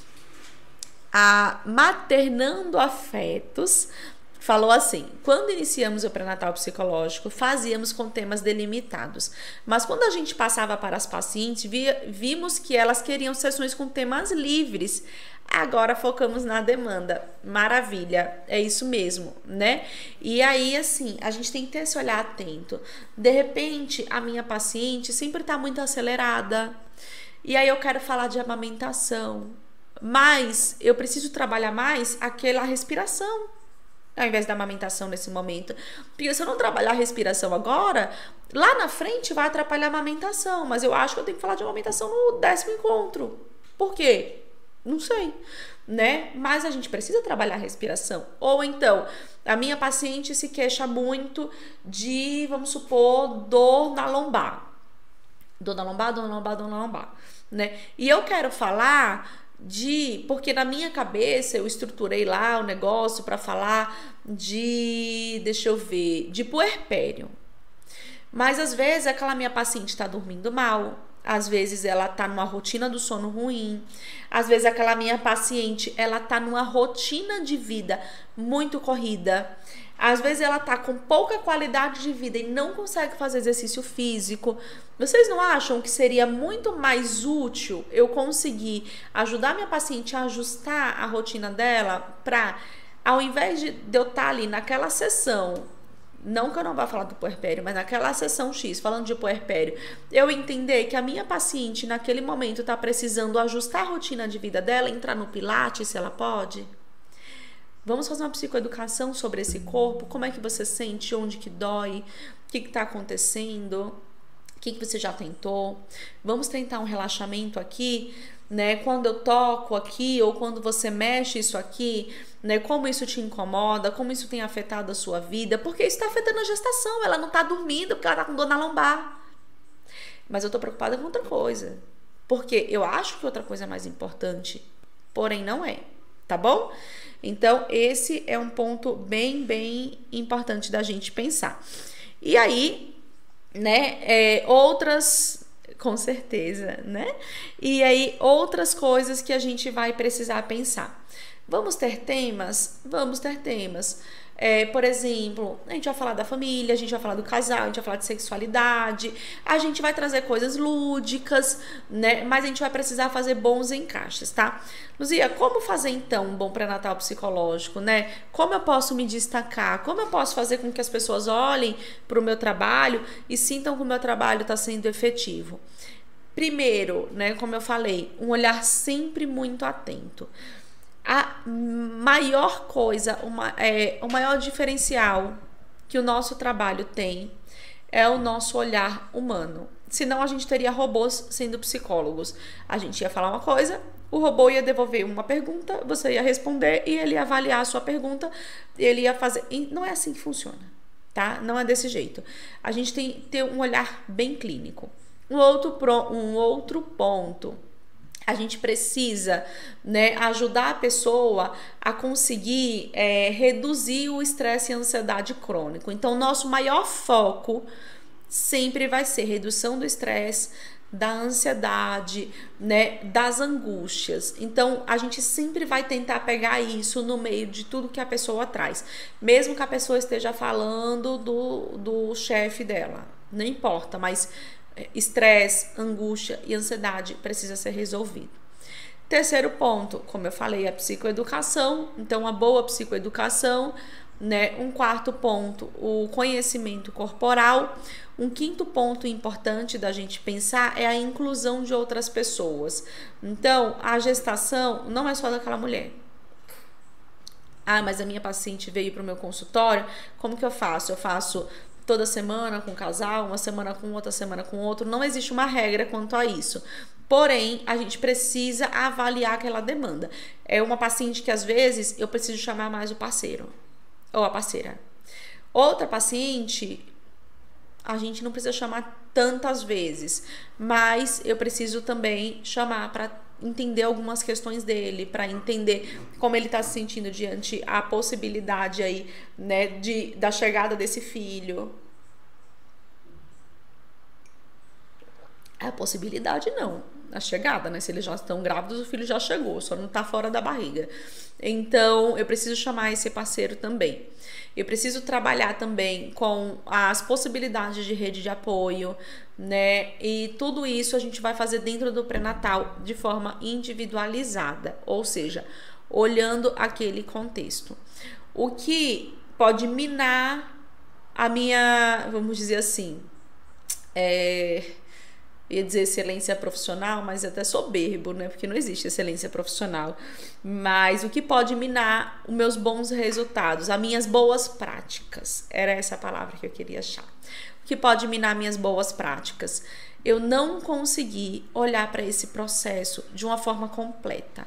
A Maternando Afetos falou assim, quando iniciamos o pré-natal psicológico, fazíamos com temas delimitados, mas quando a gente passava para as pacientes, via, vimos que elas queriam sessões com temas livres. Agora focamos na demanda. Maravilha, é isso mesmo, né? E aí, assim, a gente tem que ter esse olhar atento. De repente, a minha paciente sempre está muito acelerada, e aí eu quero falar de amamentação, mas eu preciso trabalhar mais aquela respiração. ao invés da amamentação nesse momento. Porque se eu não trabalhar a respiração agora, lá na frente vai atrapalhar a amamentação. Mas eu acho que eu tenho que falar de amamentação no décimo encontro. Por quê? Não sei, né? Mas a gente precisa trabalhar a respiração. Ou então, a minha paciente se queixa muito de, vamos supor, dor na lombar. Dor na lombar, dor na lombar, dor na lombar, né? E eu quero falar de, porque na minha cabeça eu estruturei lá o negócio para falar de, deixa eu ver, de puerpério. Mas às vezes aquela minha paciente está dormindo mal, às vezes ela tá numa rotina do sono ruim, às vezes aquela minha paciente, ela tá numa rotina de vida muito corrida, às vezes ela tá com pouca qualidade de vida e não consegue fazer exercício físico. Vocês não acham que seria muito mais útil eu conseguir ajudar minha paciente a ajustar a rotina dela para, ao invés de eu estar ali naquela sessão, não que eu não vá falar do puerpério, mas naquela sessão X, falando de puerpério, eu entender que a minha paciente naquele momento está precisando ajustar a rotina de vida dela, entrar no Pilates, se ela pode? Vamos fazer uma psicoeducação sobre esse corpo, como é que você sente, onde que dói, o que está acontecendo, o que, que você já tentou. Vamos tentar um relaxamento aqui, né? Quando eu toco aqui ou quando você mexe isso aqui, né? Como isso te incomoda, como isso tem afetado a sua vida, porque isso está afetando a gestação, ela não está dormindo porque ela está com dor na lombar. Mas eu estou preocupada com outra coisa, porque eu acho que outra coisa é mais importante, porém não é, tá bom? Então, esse é um ponto bem, bem importante da gente pensar. E aí, né, é, outras, com certeza, né? E aí, outras coisas que a gente vai precisar pensar. Vamos ter temas? Vamos ter temas. É, por exemplo, a gente vai falar da família, a gente vai falar do casal, a gente vai falar de sexualidade, a gente vai trazer coisas lúdicas, né? Mas a gente vai precisar fazer bons encaixes, tá? Luzia, como fazer então um bom pré-natal psicológico, né? Como eu posso me destacar? Como eu posso fazer com que as pessoas olhem para o meu trabalho e sintam que o meu trabalho está sendo efetivo? Primeiro, né, como eu falei, um olhar sempre muito atento. A maior coisa, uma, é, o maior diferencial que o nosso trabalho tem é o nosso olhar humano. Senão a gente teria robôs sendo psicólogos. A gente ia falar uma coisa, o robô ia devolver uma pergunta, você ia responder e ele ia avaliar a sua pergunta, ele ia fazer... E não é assim que funciona, tá? Não é desse jeito. A gente tem que ter um olhar bem clínico. Um outro, um outro ponto... A gente precisa, né, ajudar a pessoa a conseguir é, reduzir o estresse e a ansiedade crônico. Então, nosso maior foco sempre vai ser redução do estresse, da ansiedade, né, das angústias. Então, a gente sempre vai tentar pegar isso no meio de tudo que a pessoa traz. Mesmo que a pessoa esteja falando do, do chefe dela. Não importa, mas... estresse, angústia e ansiedade precisa ser resolvido. Terceiro ponto, como eu falei, a psicoeducação. Então, a boa psicoeducação, né? Um quarto ponto, o conhecimento corporal. Um quinto ponto importante da gente pensar é a inclusão de outras pessoas. Então, a gestação não é só daquela mulher. Ah, mas a minha paciente veio para o meu consultório, como que eu faço? Eu faço toda semana com um casal, uma semana com outra semana com outro. Não existe uma regra quanto a isso. Porém, a gente precisa avaliar aquela demanda. É uma paciente que às vezes eu preciso chamar mais o parceiro ou a parceira. Outra paciente, a gente não precisa chamar tantas vezes, mas eu preciso também chamar para entender algumas questões dele, para entender como ele está se sentindo diante a possibilidade aí, né, de, da chegada desse filho. A possibilidade não, a chegada, né? Se eles já estão grávidos, o filho já chegou, só não está fora da barriga. Então, eu preciso chamar esse parceiro também. Eu preciso trabalhar também com as possibilidades de rede de apoio, né? E tudo isso a gente vai fazer dentro do pré-natal de forma individualizada, ou seja, olhando aquele contexto. O que pode minar a minha, vamos dizer assim, é... eu ia dizer excelência profissional, mas é até soberbo, né? Porque não existe excelência profissional. Mas o que pode minar os meus bons resultados, as minhas boas práticas. Era essa a palavra que eu queria achar. O que pode minar minhas boas práticas? Eu não consegui olhar para esse processo de uma forma completa.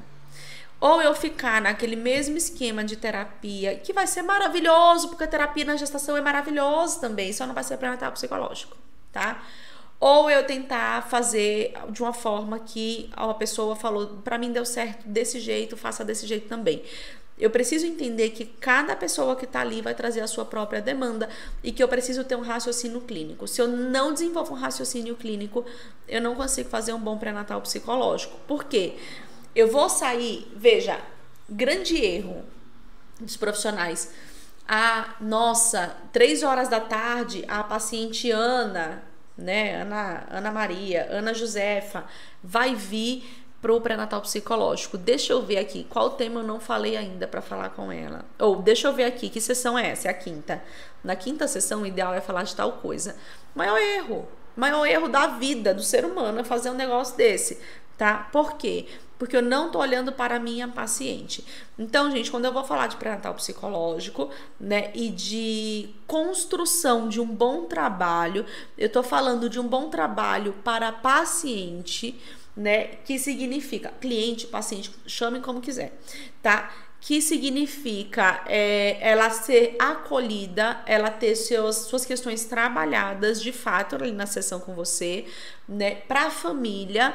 Ou eu ficar naquele mesmo esquema de terapia, que vai ser maravilhoso, porque a terapia na gestação é maravilhosa também, só não vai ser pré-natal psicológico, tá? Ou eu tentar fazer de uma forma que a pessoa falou, pra mim deu certo desse jeito, faça desse jeito também. Eu preciso entender que cada pessoa que tá ali vai trazer a sua própria demanda e que eu preciso ter um raciocínio clínico. Se eu não desenvolvo um raciocínio clínico, eu não consigo fazer um bom pré-natal psicológico. Por quê? Eu vou sair, veja, grande erro dos profissionais. Ah, nossa, três horas da tarde, a paciente Ana, né, Ana, Ana Maria, Ana Josefa, vai vir pro pré-natal psicológico. Deixa eu ver aqui, qual tema eu não falei ainda para falar com ela. Ou, deixa eu ver aqui, que sessão é essa? É a quinta. Na quinta sessão, o ideal é falar de tal coisa. Maior erro, maior erro da vida, do ser humano, é fazer um negócio desse, tá? Por quê? Porque eu não tô olhando para a minha paciente. Então, gente, quando eu vou falar de pré-natal psicológico, né, e de construção de um bom trabalho, eu tô falando de um bom trabalho para a paciente, né, que significa cliente, paciente, chame como quiser, tá? Que significa é, ela ser acolhida, ela ter seus, suas questões trabalhadas de fato ali na sessão com você, né, para a família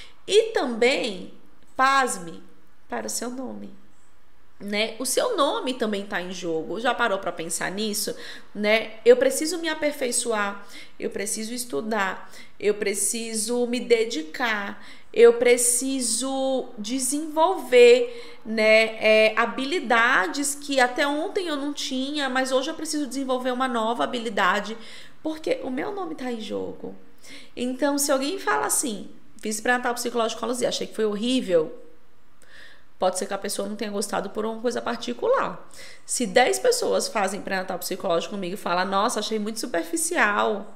e também pasme para o seu nome, né? O seu nome também está em jogo. Já parou para pensar nisso, né? Eu preciso me aperfeiçoar, eu preciso estudar, eu preciso me dedicar, eu preciso desenvolver, né, é, habilidades que até ontem eu não tinha, mas hoje eu preciso desenvolver uma nova habilidade, porque o meu nome está em jogo. Então, se alguém fala assim, fiz pré-natal psicológico com a Luzia, achei que foi horrível. Pode ser que a pessoa não tenha gostado por uma coisa particular. Se dez pessoas fazem pré-natal psicológico comigo e falam, nossa, achei muito superficial,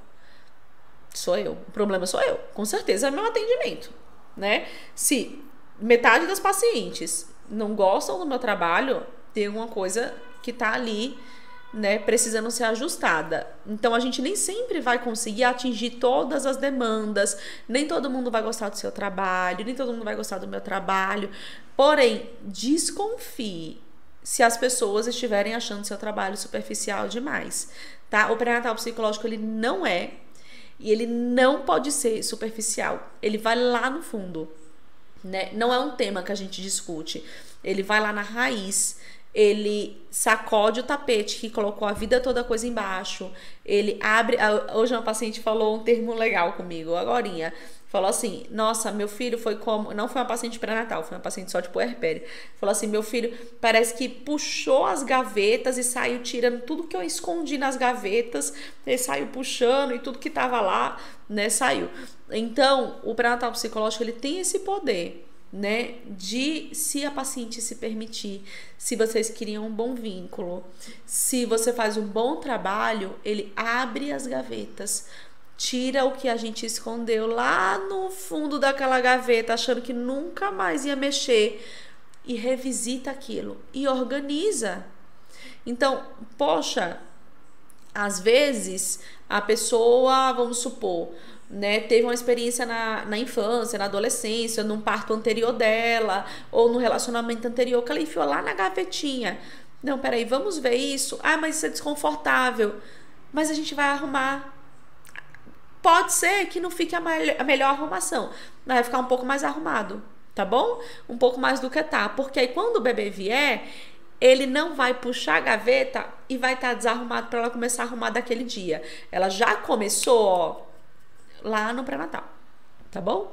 sou eu. O problema sou eu. Com certeza é meu atendimento, né? Se metade das pacientes não gostam do meu trabalho, tem alguma coisa que tá ali, né, precisando ser ajustada. Então a gente nem sempre vai conseguir atingir todas as demandas, nem todo mundo vai gostar do seu trabalho, nem todo mundo vai gostar do meu trabalho. Porém, desconfie se as pessoas estiverem achando seu trabalho superficial demais, tá? O pré-natal psicológico, ele não é, e ele não pode ser superficial. Ele vai lá no fundo, né? Não é um tema que a gente discute. Ele vai lá na raiz. Ele sacode o tapete que colocou a vida toda coisa embaixo. Ele abre... Hoje uma paciente falou um termo legal comigo, agorinha. Falou assim, nossa, meu filho foi como... Não foi uma paciente pré-natal, foi uma paciente só de puerpério. Falou assim, meu filho parece que puxou as gavetas e saiu tirando tudo que eu escondi nas gavetas. Ele saiu puxando e tudo que tava lá, né, saiu. Então, o pré-natal psicológico, ele tem esse poder, né, de, se a paciente se permitir, se vocês criam um bom vínculo, se você faz um bom trabalho, ele abre as gavetas, tira o que a gente escondeu lá no fundo daquela gaveta, achando que nunca mais ia mexer, e revisita aquilo e organiza. Então, poxa, às vezes a pessoa, vamos supor, né, teve uma experiência na, na infância, na adolescência, num parto anterior dela, ou no relacionamento anterior, que ela enfiou lá na gavetinha. Não, peraí, vamos ver isso. Ah, mas isso é desconfortável. Mas a gente vai arrumar. Pode ser que não fique a, a melhor arrumação, vai ficar um pouco mais arrumado, tá bom? Um pouco mais do que tá, porque aí quando o bebê vier, ele não vai puxar a gaveta e vai estar desarrumado para ela começar a arrumar daquele dia. Ela já começou, ó, lá no pré-natal, tá bom?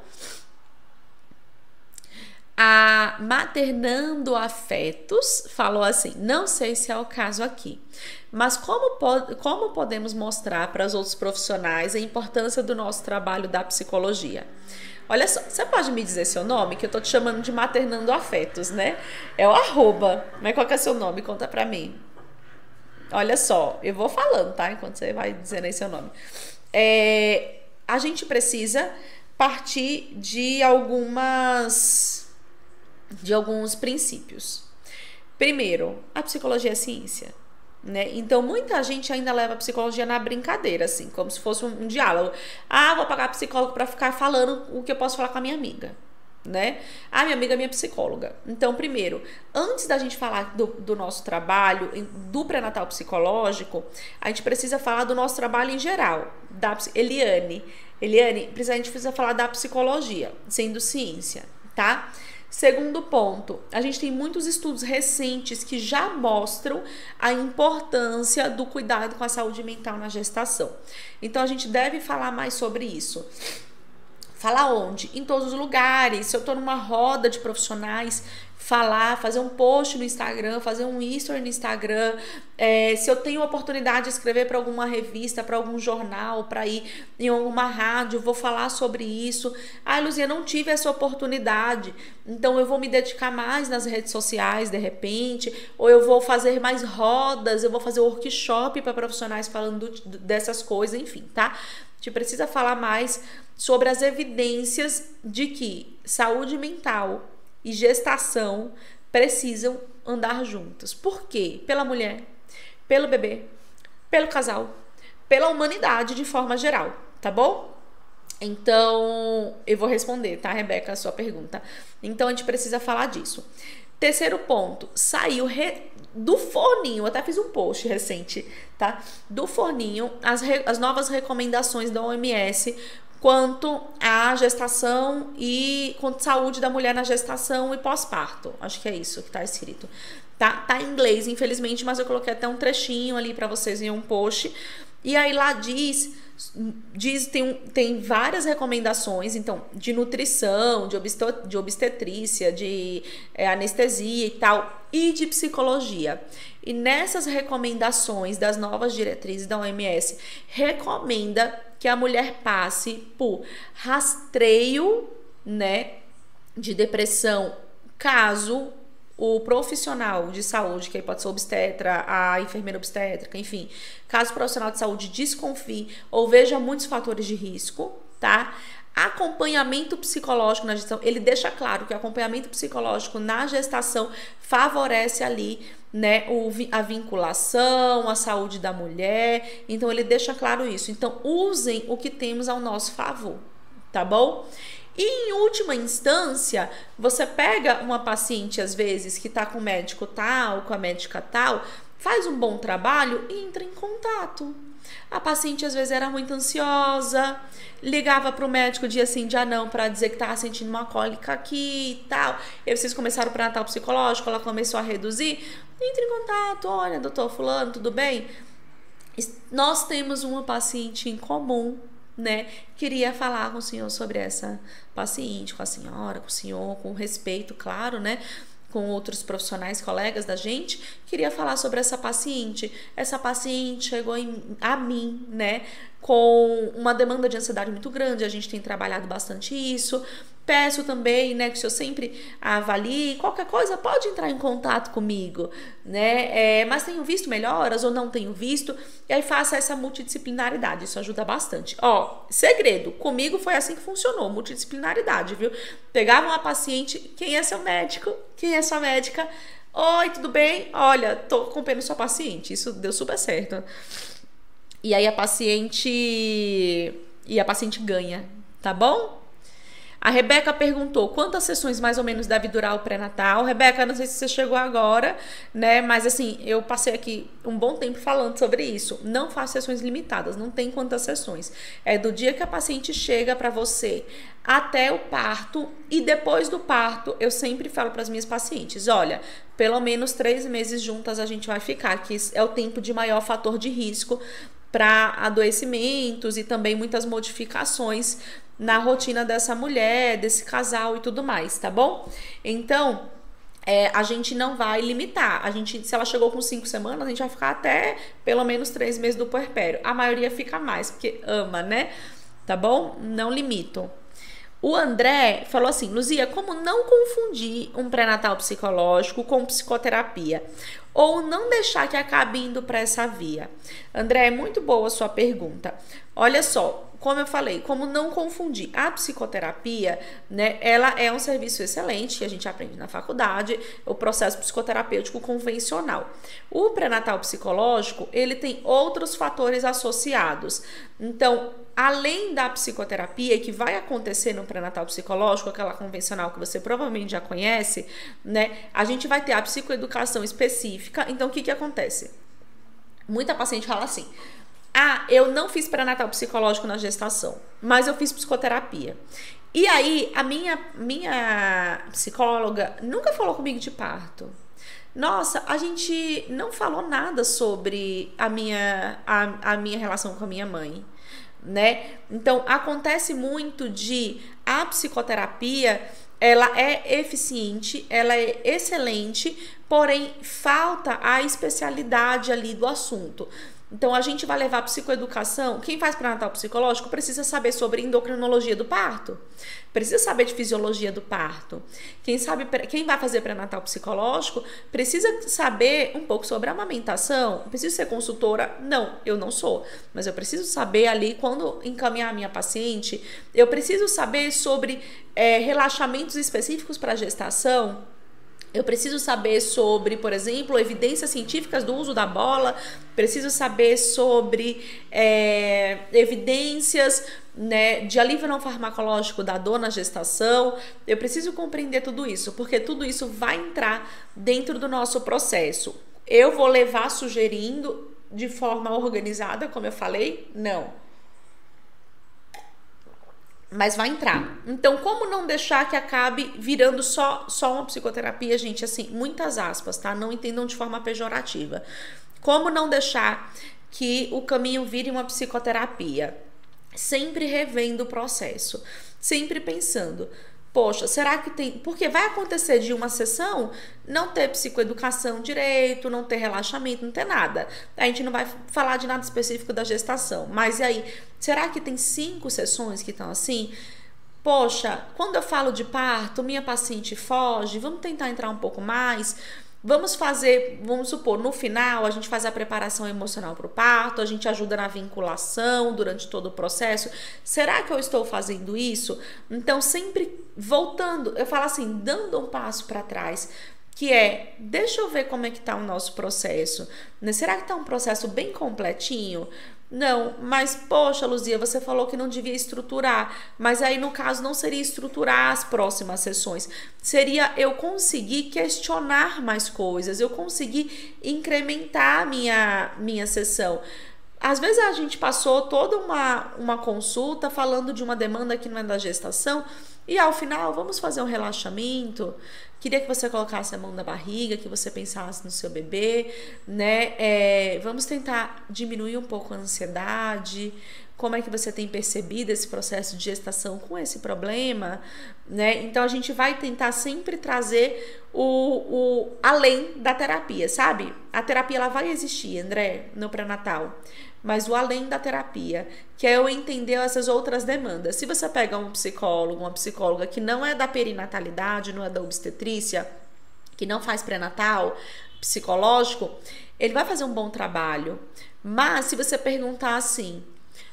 A Maternando Afetos falou assim, não sei se é o caso aqui, mas como, po- como podemos mostrar para os outros profissionais a importância do nosso trabalho da psicologia? Olha só, você pode me dizer seu nome? Que eu tô te chamando de Maternando Afetos, né? É o arroba, mas qual que é seu nome? Conta pra mim. Olha só, eu vou falando, tá? Enquanto você vai dizendo aí seu nome. É... A gente precisa partir de algumas de alguns princípios. Primeiro, a psicologia é ciência, né? Então muita gente ainda leva a psicologia na brincadeira, assim, como se fosse um, um diálogo. Ah, vou pagar psicólogo para ficar falando o que eu posso falar com a minha amiga, né? Ah, minha amiga é minha psicóloga. Então, primeiro, antes da gente falar do, do nosso trabalho, do pré-natal psicológico, a gente precisa falar do nosso trabalho em geral. Da Eliane, Eliane, a gente precisa falar da psicologia, sendo ciência, tá? Segundo ponto, a gente tem muitos estudos recentes que já mostram a importância do cuidado com a saúde mental na gestação. Então, a gente deve falar mais sobre isso. Falar onde? Em todos os lugares. Se eu tô numa roda de profissionais, falar, fazer um post no Instagram, fazer um history no Instagram. É, se eu tenho oportunidade de escrever para alguma revista, para algum jornal, para ir em alguma rádio, vou falar sobre isso. Ah, Luzia, não tive essa oportunidade, então eu vou me dedicar mais nas redes sociais, de repente, ou eu vou fazer mais rodas, eu vou fazer workshop para profissionais falando dessas coisas, enfim, tá? A gente precisa falar mais sobre as evidências de que saúde mental e gestação precisam andar juntas. Por quê? Pela mulher, pelo bebê, pelo casal, pela humanidade de forma geral, tá bom? Então, eu vou responder, tá, Rebeca, a sua pergunta. Então, a gente precisa falar disso. Terceiro ponto, saiu re... do forninho, eu até fiz um post recente, tá? Do forninho, as, re... as novas recomendações da O M S quanto à gestação e quanto à saúde da mulher na gestação e pós-parto. Acho que é isso que tá escrito. Tá, tá em inglês, infelizmente, mas eu coloquei até um trechinho ali para vocês em um post. E aí lá diz, diz tem, tem várias recomendações, então, de nutrição, de, obstet, de obstetrícia, de é, anestesia e tal, e de psicologia. E nessas recomendações das novas diretrizes da O M S, recomenda que a mulher passe por rastreio, né, de depressão, caso o profissional de saúde, que aí pode ser obstetra, a enfermeira obstétrica, enfim, caso o profissional de saúde desconfie ou veja muitos fatores de risco, tá? Acompanhamento psicológico na gestação, ele deixa claro que o acompanhamento psicológico na gestação favorece ali, né, o, a vinculação, a saúde da mulher, então ele deixa claro isso. Então, usem o que temos ao nosso favor, tá bom? E em última instância, você pega uma paciente, às vezes, que tá com o médico tal, com a médica tal, faz um bom trabalho e entra em contato. A paciente, às vezes, era muito ansiosa, ligava para o médico dia sim, dia não, para dizer que estava sentindo uma cólica aqui e tal. E aí vocês começaram o pré-natal psicológico, ela começou a reduzir. Entre em contato, olha, doutor fulano, tudo bem? Nós temos uma paciente em comum, né? Queria falar com o senhor sobre essa paciente, com a senhora, com o senhor, com respeito, claro, né? Com outros profissionais, colegas da gente, queria falar sobre essa paciente. Essa paciente chegou em, a mim, né, com uma demanda de ansiedade muito grande, a gente tem trabalhado bastante isso. Peço também, né, que o senhor sempre avalie, qualquer coisa pode entrar em contato comigo, né, é, mas tenho visto melhoras ou não tenho visto, e aí faça essa multidisciplinaridade, isso ajuda bastante. Ó, segredo, comigo foi assim que funcionou, multidisciplinaridade, viu? Pegava uma paciente, quem é seu médico? Quem é sua médica? Oi, tudo bem? Olha, tô acompanhando sua paciente, isso deu super certo. E aí a paciente, e a paciente ganha, tá bom? A Rebeca perguntou quantas sessões mais ou menos deve durar o pré-natal. Rebeca, não sei se você chegou agora, né? Mas assim, eu passei aqui um bom tempo falando sobre isso. Não faço sessões limitadas, não tem quantas sessões. É do dia que a paciente chega para você até o parto, e depois do parto eu sempre falo para as minhas pacientes, olha, pelo menos três meses juntas a gente vai ficar, que é o tempo de maior fator de risco para adoecimentos e também muitas modificações na rotina dessa mulher, desse casal e tudo mais, tá bom? Então, é, a gente não vai limitar. A gente, se ela chegou com cinco semanas, a gente vai ficar até pelo menos três meses do puerpério. A maioria fica mais, porque ama, né? Tá bom? Não limito. O André falou assim, Luzia, como não confundir um pré-natal psicológico com psicoterapia? ou não deixar que acabe indo para essa via? André, é muito boa a sua pergunta. Olha só, como eu falei, como não confundir. A psicoterapia, né, ela é um serviço excelente que a gente aprende na faculdade, o processo psicoterapêutico convencional. O pré-natal psicológico, ele tem outros fatores associados. Então, além da psicoterapia que vai acontecer no pré-natal psicológico, aquela convencional que você provavelmente já conhece, né, a gente vai ter a psicoeducação específica. Então, o que que acontece? Muita paciente fala assim: ah, eu não fiz pré-natal psicológico na gestação, mas eu fiz psicoterapia. E aí, a minha, minha psicóloga nunca falou comigo de parto. Nossa, a gente não falou nada sobre a minha, a, a minha relação com a minha mãe, né? Então, acontece muito de a psicoterapia, ela é eficiente, ela é excelente, porém, falta a especialidade ali do assunto. Então, a gente vai levar a psicoeducação. Quem faz pré-natal psicológico precisa saber sobre endocrinologia do parto, precisa saber de fisiologia do parto. Quem sabe, quem vai fazer pré-natal psicológico precisa saber um pouco sobre a amamentação. Preciso ser consultora? Não, eu não sou. Mas eu preciso saber ali, quando encaminhar a minha paciente, eu preciso saber sobre é, relaxamentos específicos para a gestação. Eu preciso saber sobre, por exemplo, evidências científicas do uso da bola, preciso saber sobre é, evidências, né, de alívio não farmacológico da dor na gestação. Eu preciso compreender tudo isso, porque tudo isso vai entrar dentro do nosso processo. Eu vou levar sugerindo de forma organizada, como eu falei? Não. Mas vai entrar. Então, como não deixar que acabe virando só, só uma psicoterapia, gente, assim, muitas aspas, tá? Não entendam de forma pejorativa. Como não deixar que o caminho vire uma psicoterapia? Sempre revendo o processo, sempre pensando, poxa, será que tem... Porque vai acontecer de uma sessão não ter psicoeducação direito, não ter relaxamento, não ter nada. A gente não vai falar de nada específico da gestação. Mas e aí, será que tem cinco sessões que estão assim? Poxa, quando eu falo de parto, minha paciente foge, vamos tentar entrar um pouco mais... Vamos fazer, vamos supor, no final a gente faz a preparação emocional para o parto, a gente ajuda na vinculação durante todo o processo. Será que eu estou fazendo isso? Então, sempre voltando, eu falo assim, dando um passo para trás, que é, deixa eu ver como é que está o nosso processo. Será que está um processo bem completinho? Não, mas poxa, Luzia, você falou que não devia estruturar, mas aí no caso não seria estruturar as próximas sessões, seria eu conseguir questionar mais coisas, eu conseguir incrementar a minha, minha sessão. Às vezes a gente passou toda uma, uma consulta falando de uma demanda que não é da gestação e ao final vamos fazer um relaxamento. Queria que você colocasse a mão na barriga, que você pensasse no seu bebê, né? É, vamos tentar diminuir um pouco a ansiedade. Como é que você tem percebido esse processo de gestação com esse problema, né? Então a gente vai tentar sempre trazer o, o além da terapia, sabe? A terapia ela vai existir, André, no pré-natal, mas o além da terapia, que é eu entender essas outras demandas. Se você pega um psicólogo, uma psicóloga que não é da perinatalidade, não é da obstetrícia, que não faz pré-natal psicológico, ele vai fazer um bom trabalho. Mas se você perguntar assim,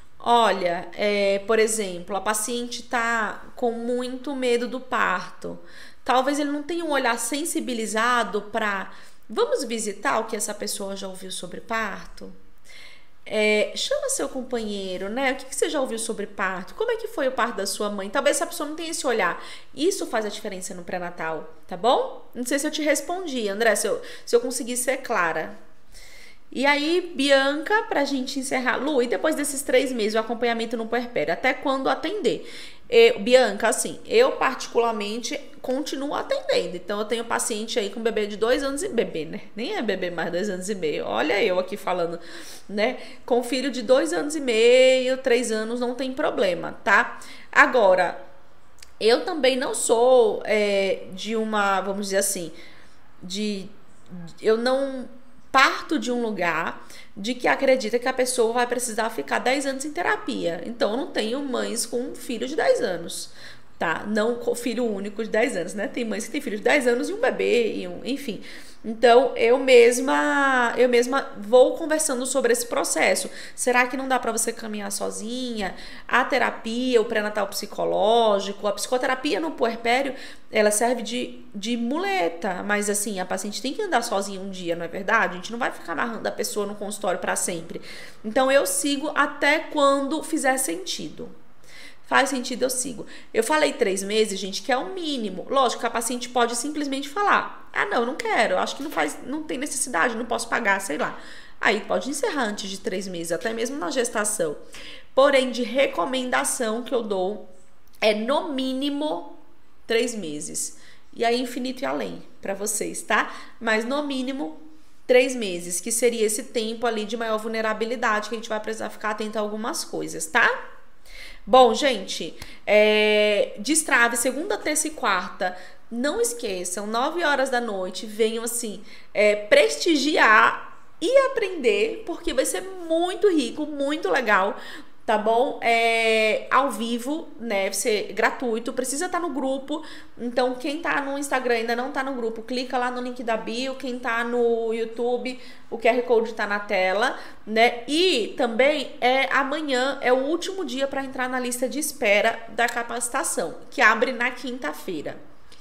olha, é, por exemplo, a paciente está com muito medo do parto, talvez ele não tenha um olhar sensibilizado para, vamos visitar o que essa pessoa já ouviu sobre parto? É, chama seu companheiro, né? O que, que você já ouviu sobre parto? Como é que foi o parto da sua mãe? Talvez essa pessoa não tenha esse olhar. Isso faz a diferença no pré-natal, tá bom? Não sei se eu te respondi, André, se eu, se eu conseguir ser clara. E aí, Bianca, pra gente encerrar. Lu, e depois desses três meses, o acompanhamento no puerpério, até quando atender? Eu, Bianca, assim, eu particularmente continuo atendendo. Então, eu tenho paciente aí com bebê de dois anos e bebê, né? Nem é bebê mais dois anos e meio. Olha eu aqui falando, né? Com filho de dois anos e meio, três anos, não tem problema, tá? Agora, eu também não sou é, de uma, vamos dizer assim, de... Eu não... parto de um lugar de que acredita que a pessoa vai precisar ficar dez anos em terapia. Então, eu não tenho mães com um filho de dez anos. tá? Não filho único de dez anos, né? Tem mães que têm filhos de dez anos e um bebê, e um, enfim. Então, eu mesma, eu mesma vou conversando sobre esse processo. Será que não dá para você caminhar sozinha? A terapia, o pré-natal psicológico, a psicoterapia no puerpério, ela serve de, de muleta. Mas, assim, a paciente tem que andar sozinha um dia, não é verdade? A gente não vai ficar amarrando a pessoa no consultório para sempre. Então, eu sigo até quando fizer sentido. Faz sentido, eu sigo. Eu falei três meses, gente, que é o mínimo. Lógico que a paciente pode simplesmente falar: ah, não, não quero, acho que não faz, não tem necessidade, não posso pagar, sei lá. Aí pode encerrar antes de três meses, até mesmo na gestação. Porém, de recomendação que eu dou é no mínimo três meses. E aí, infinito e além para vocês, tá? Mas no mínimo três meses, que seria esse tempo ali de maior vulnerabilidade, que a gente vai precisar ficar atento a algumas coisas, tá? Bom, gente, é, destrave segunda, terça e quarta. Não esqueçam, nove horas da noite, venham assim, é, prestigiar e aprender, porque vai ser muito rico, muito legal, tá bom? É, ao vivo, né? Vai ser gratuito, precisa estar no grupo. Então, quem tá no Instagram ainda não tá no grupo, clica lá no link da bio. Quem tá no YouTube, o Q R Code tá na tela, né? E também é amanhã é o último dia para entrar na lista de espera da capacitação, que abre na quinta-feira.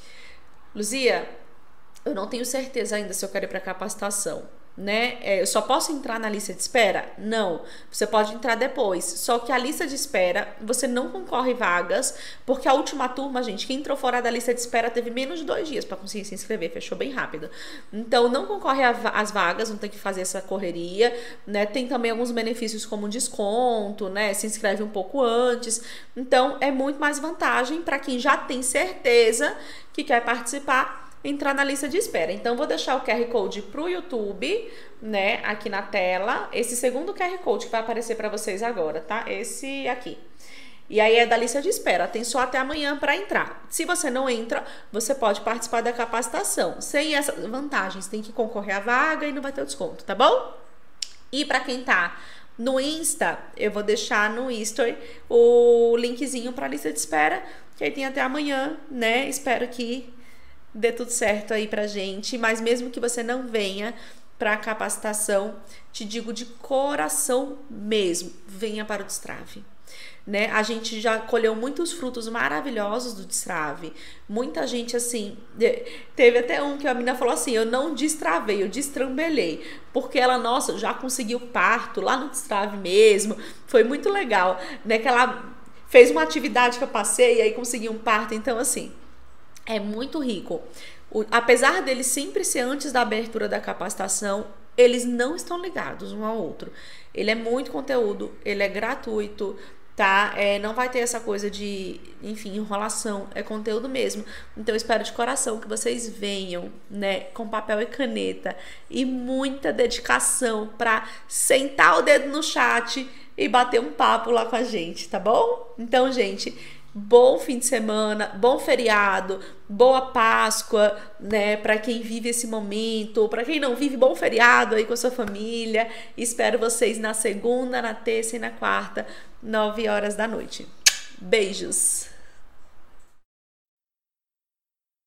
Luzia, eu não tenho certeza ainda se eu quero ir para capacitação, né? É, eu só posso entrar na lista de espera? Não, você pode entrar depois. Só que a lista de espera, você não concorre vagas, porque a última turma, gente, quem entrou fora da lista de espera teve menos de dois dias para conseguir se inscrever, fechou bem rápido. Então, não concorre às vagas, não tem que fazer essa correria, né? Tem também alguns benefícios como desconto, né? Se inscreve um pouco antes. Então, é muito mais vantagem para quem já tem certeza que quer participar, entrar na lista de espera. Então, vou deixar o Q R Code pro YouTube, né, aqui na tela. Esse segundo Q R Code que vai aparecer para vocês agora, tá? Esse aqui. E aí é da lista de espera. Tem só até amanhã para entrar. Se você não entra, você pode participar da capacitação. Sem essas vantagens, tem que concorrer à vaga e não vai ter o desconto, tá bom? E para quem tá no Insta, eu vou deixar no History o linkzinho para a lista de espera, que aí tem até amanhã, né? Espero que dê tudo certo aí pra gente, mas mesmo que você não venha pra capacitação, te digo de coração mesmo, venha para o Destrave, né? A gente já colheu muitos frutos maravilhosos do Destrave, muita gente assim, teve até um que a menina falou assim: eu não destravei, eu destrambelhei, porque ela, nossa, já conseguiu parto lá no Destrave mesmo, foi muito legal, né? Que ela fez uma atividade que eu passei e aí conseguiu um parto, então assim, é muito rico. O, apesar deles sempre ser antes da abertura da capacitação, eles não estão ligados um ao outro. Ele é muito conteúdo, ele é gratuito, tá? É, não vai ter essa coisa de, enfim, enrolação, é conteúdo mesmo. Então eu espero de coração que vocês venham, né, com papel e caneta e muita dedicação para sentar o dedo no chat e bater um papo lá com a gente, tá bom? Então, gente, bom fim de semana, bom feriado, boa Páscoa, né, para quem vive esse momento, para quem não vive, bom feriado aí com a sua família. Espero vocês na segunda, na terça e na quarta, nove horas da noite. Beijos!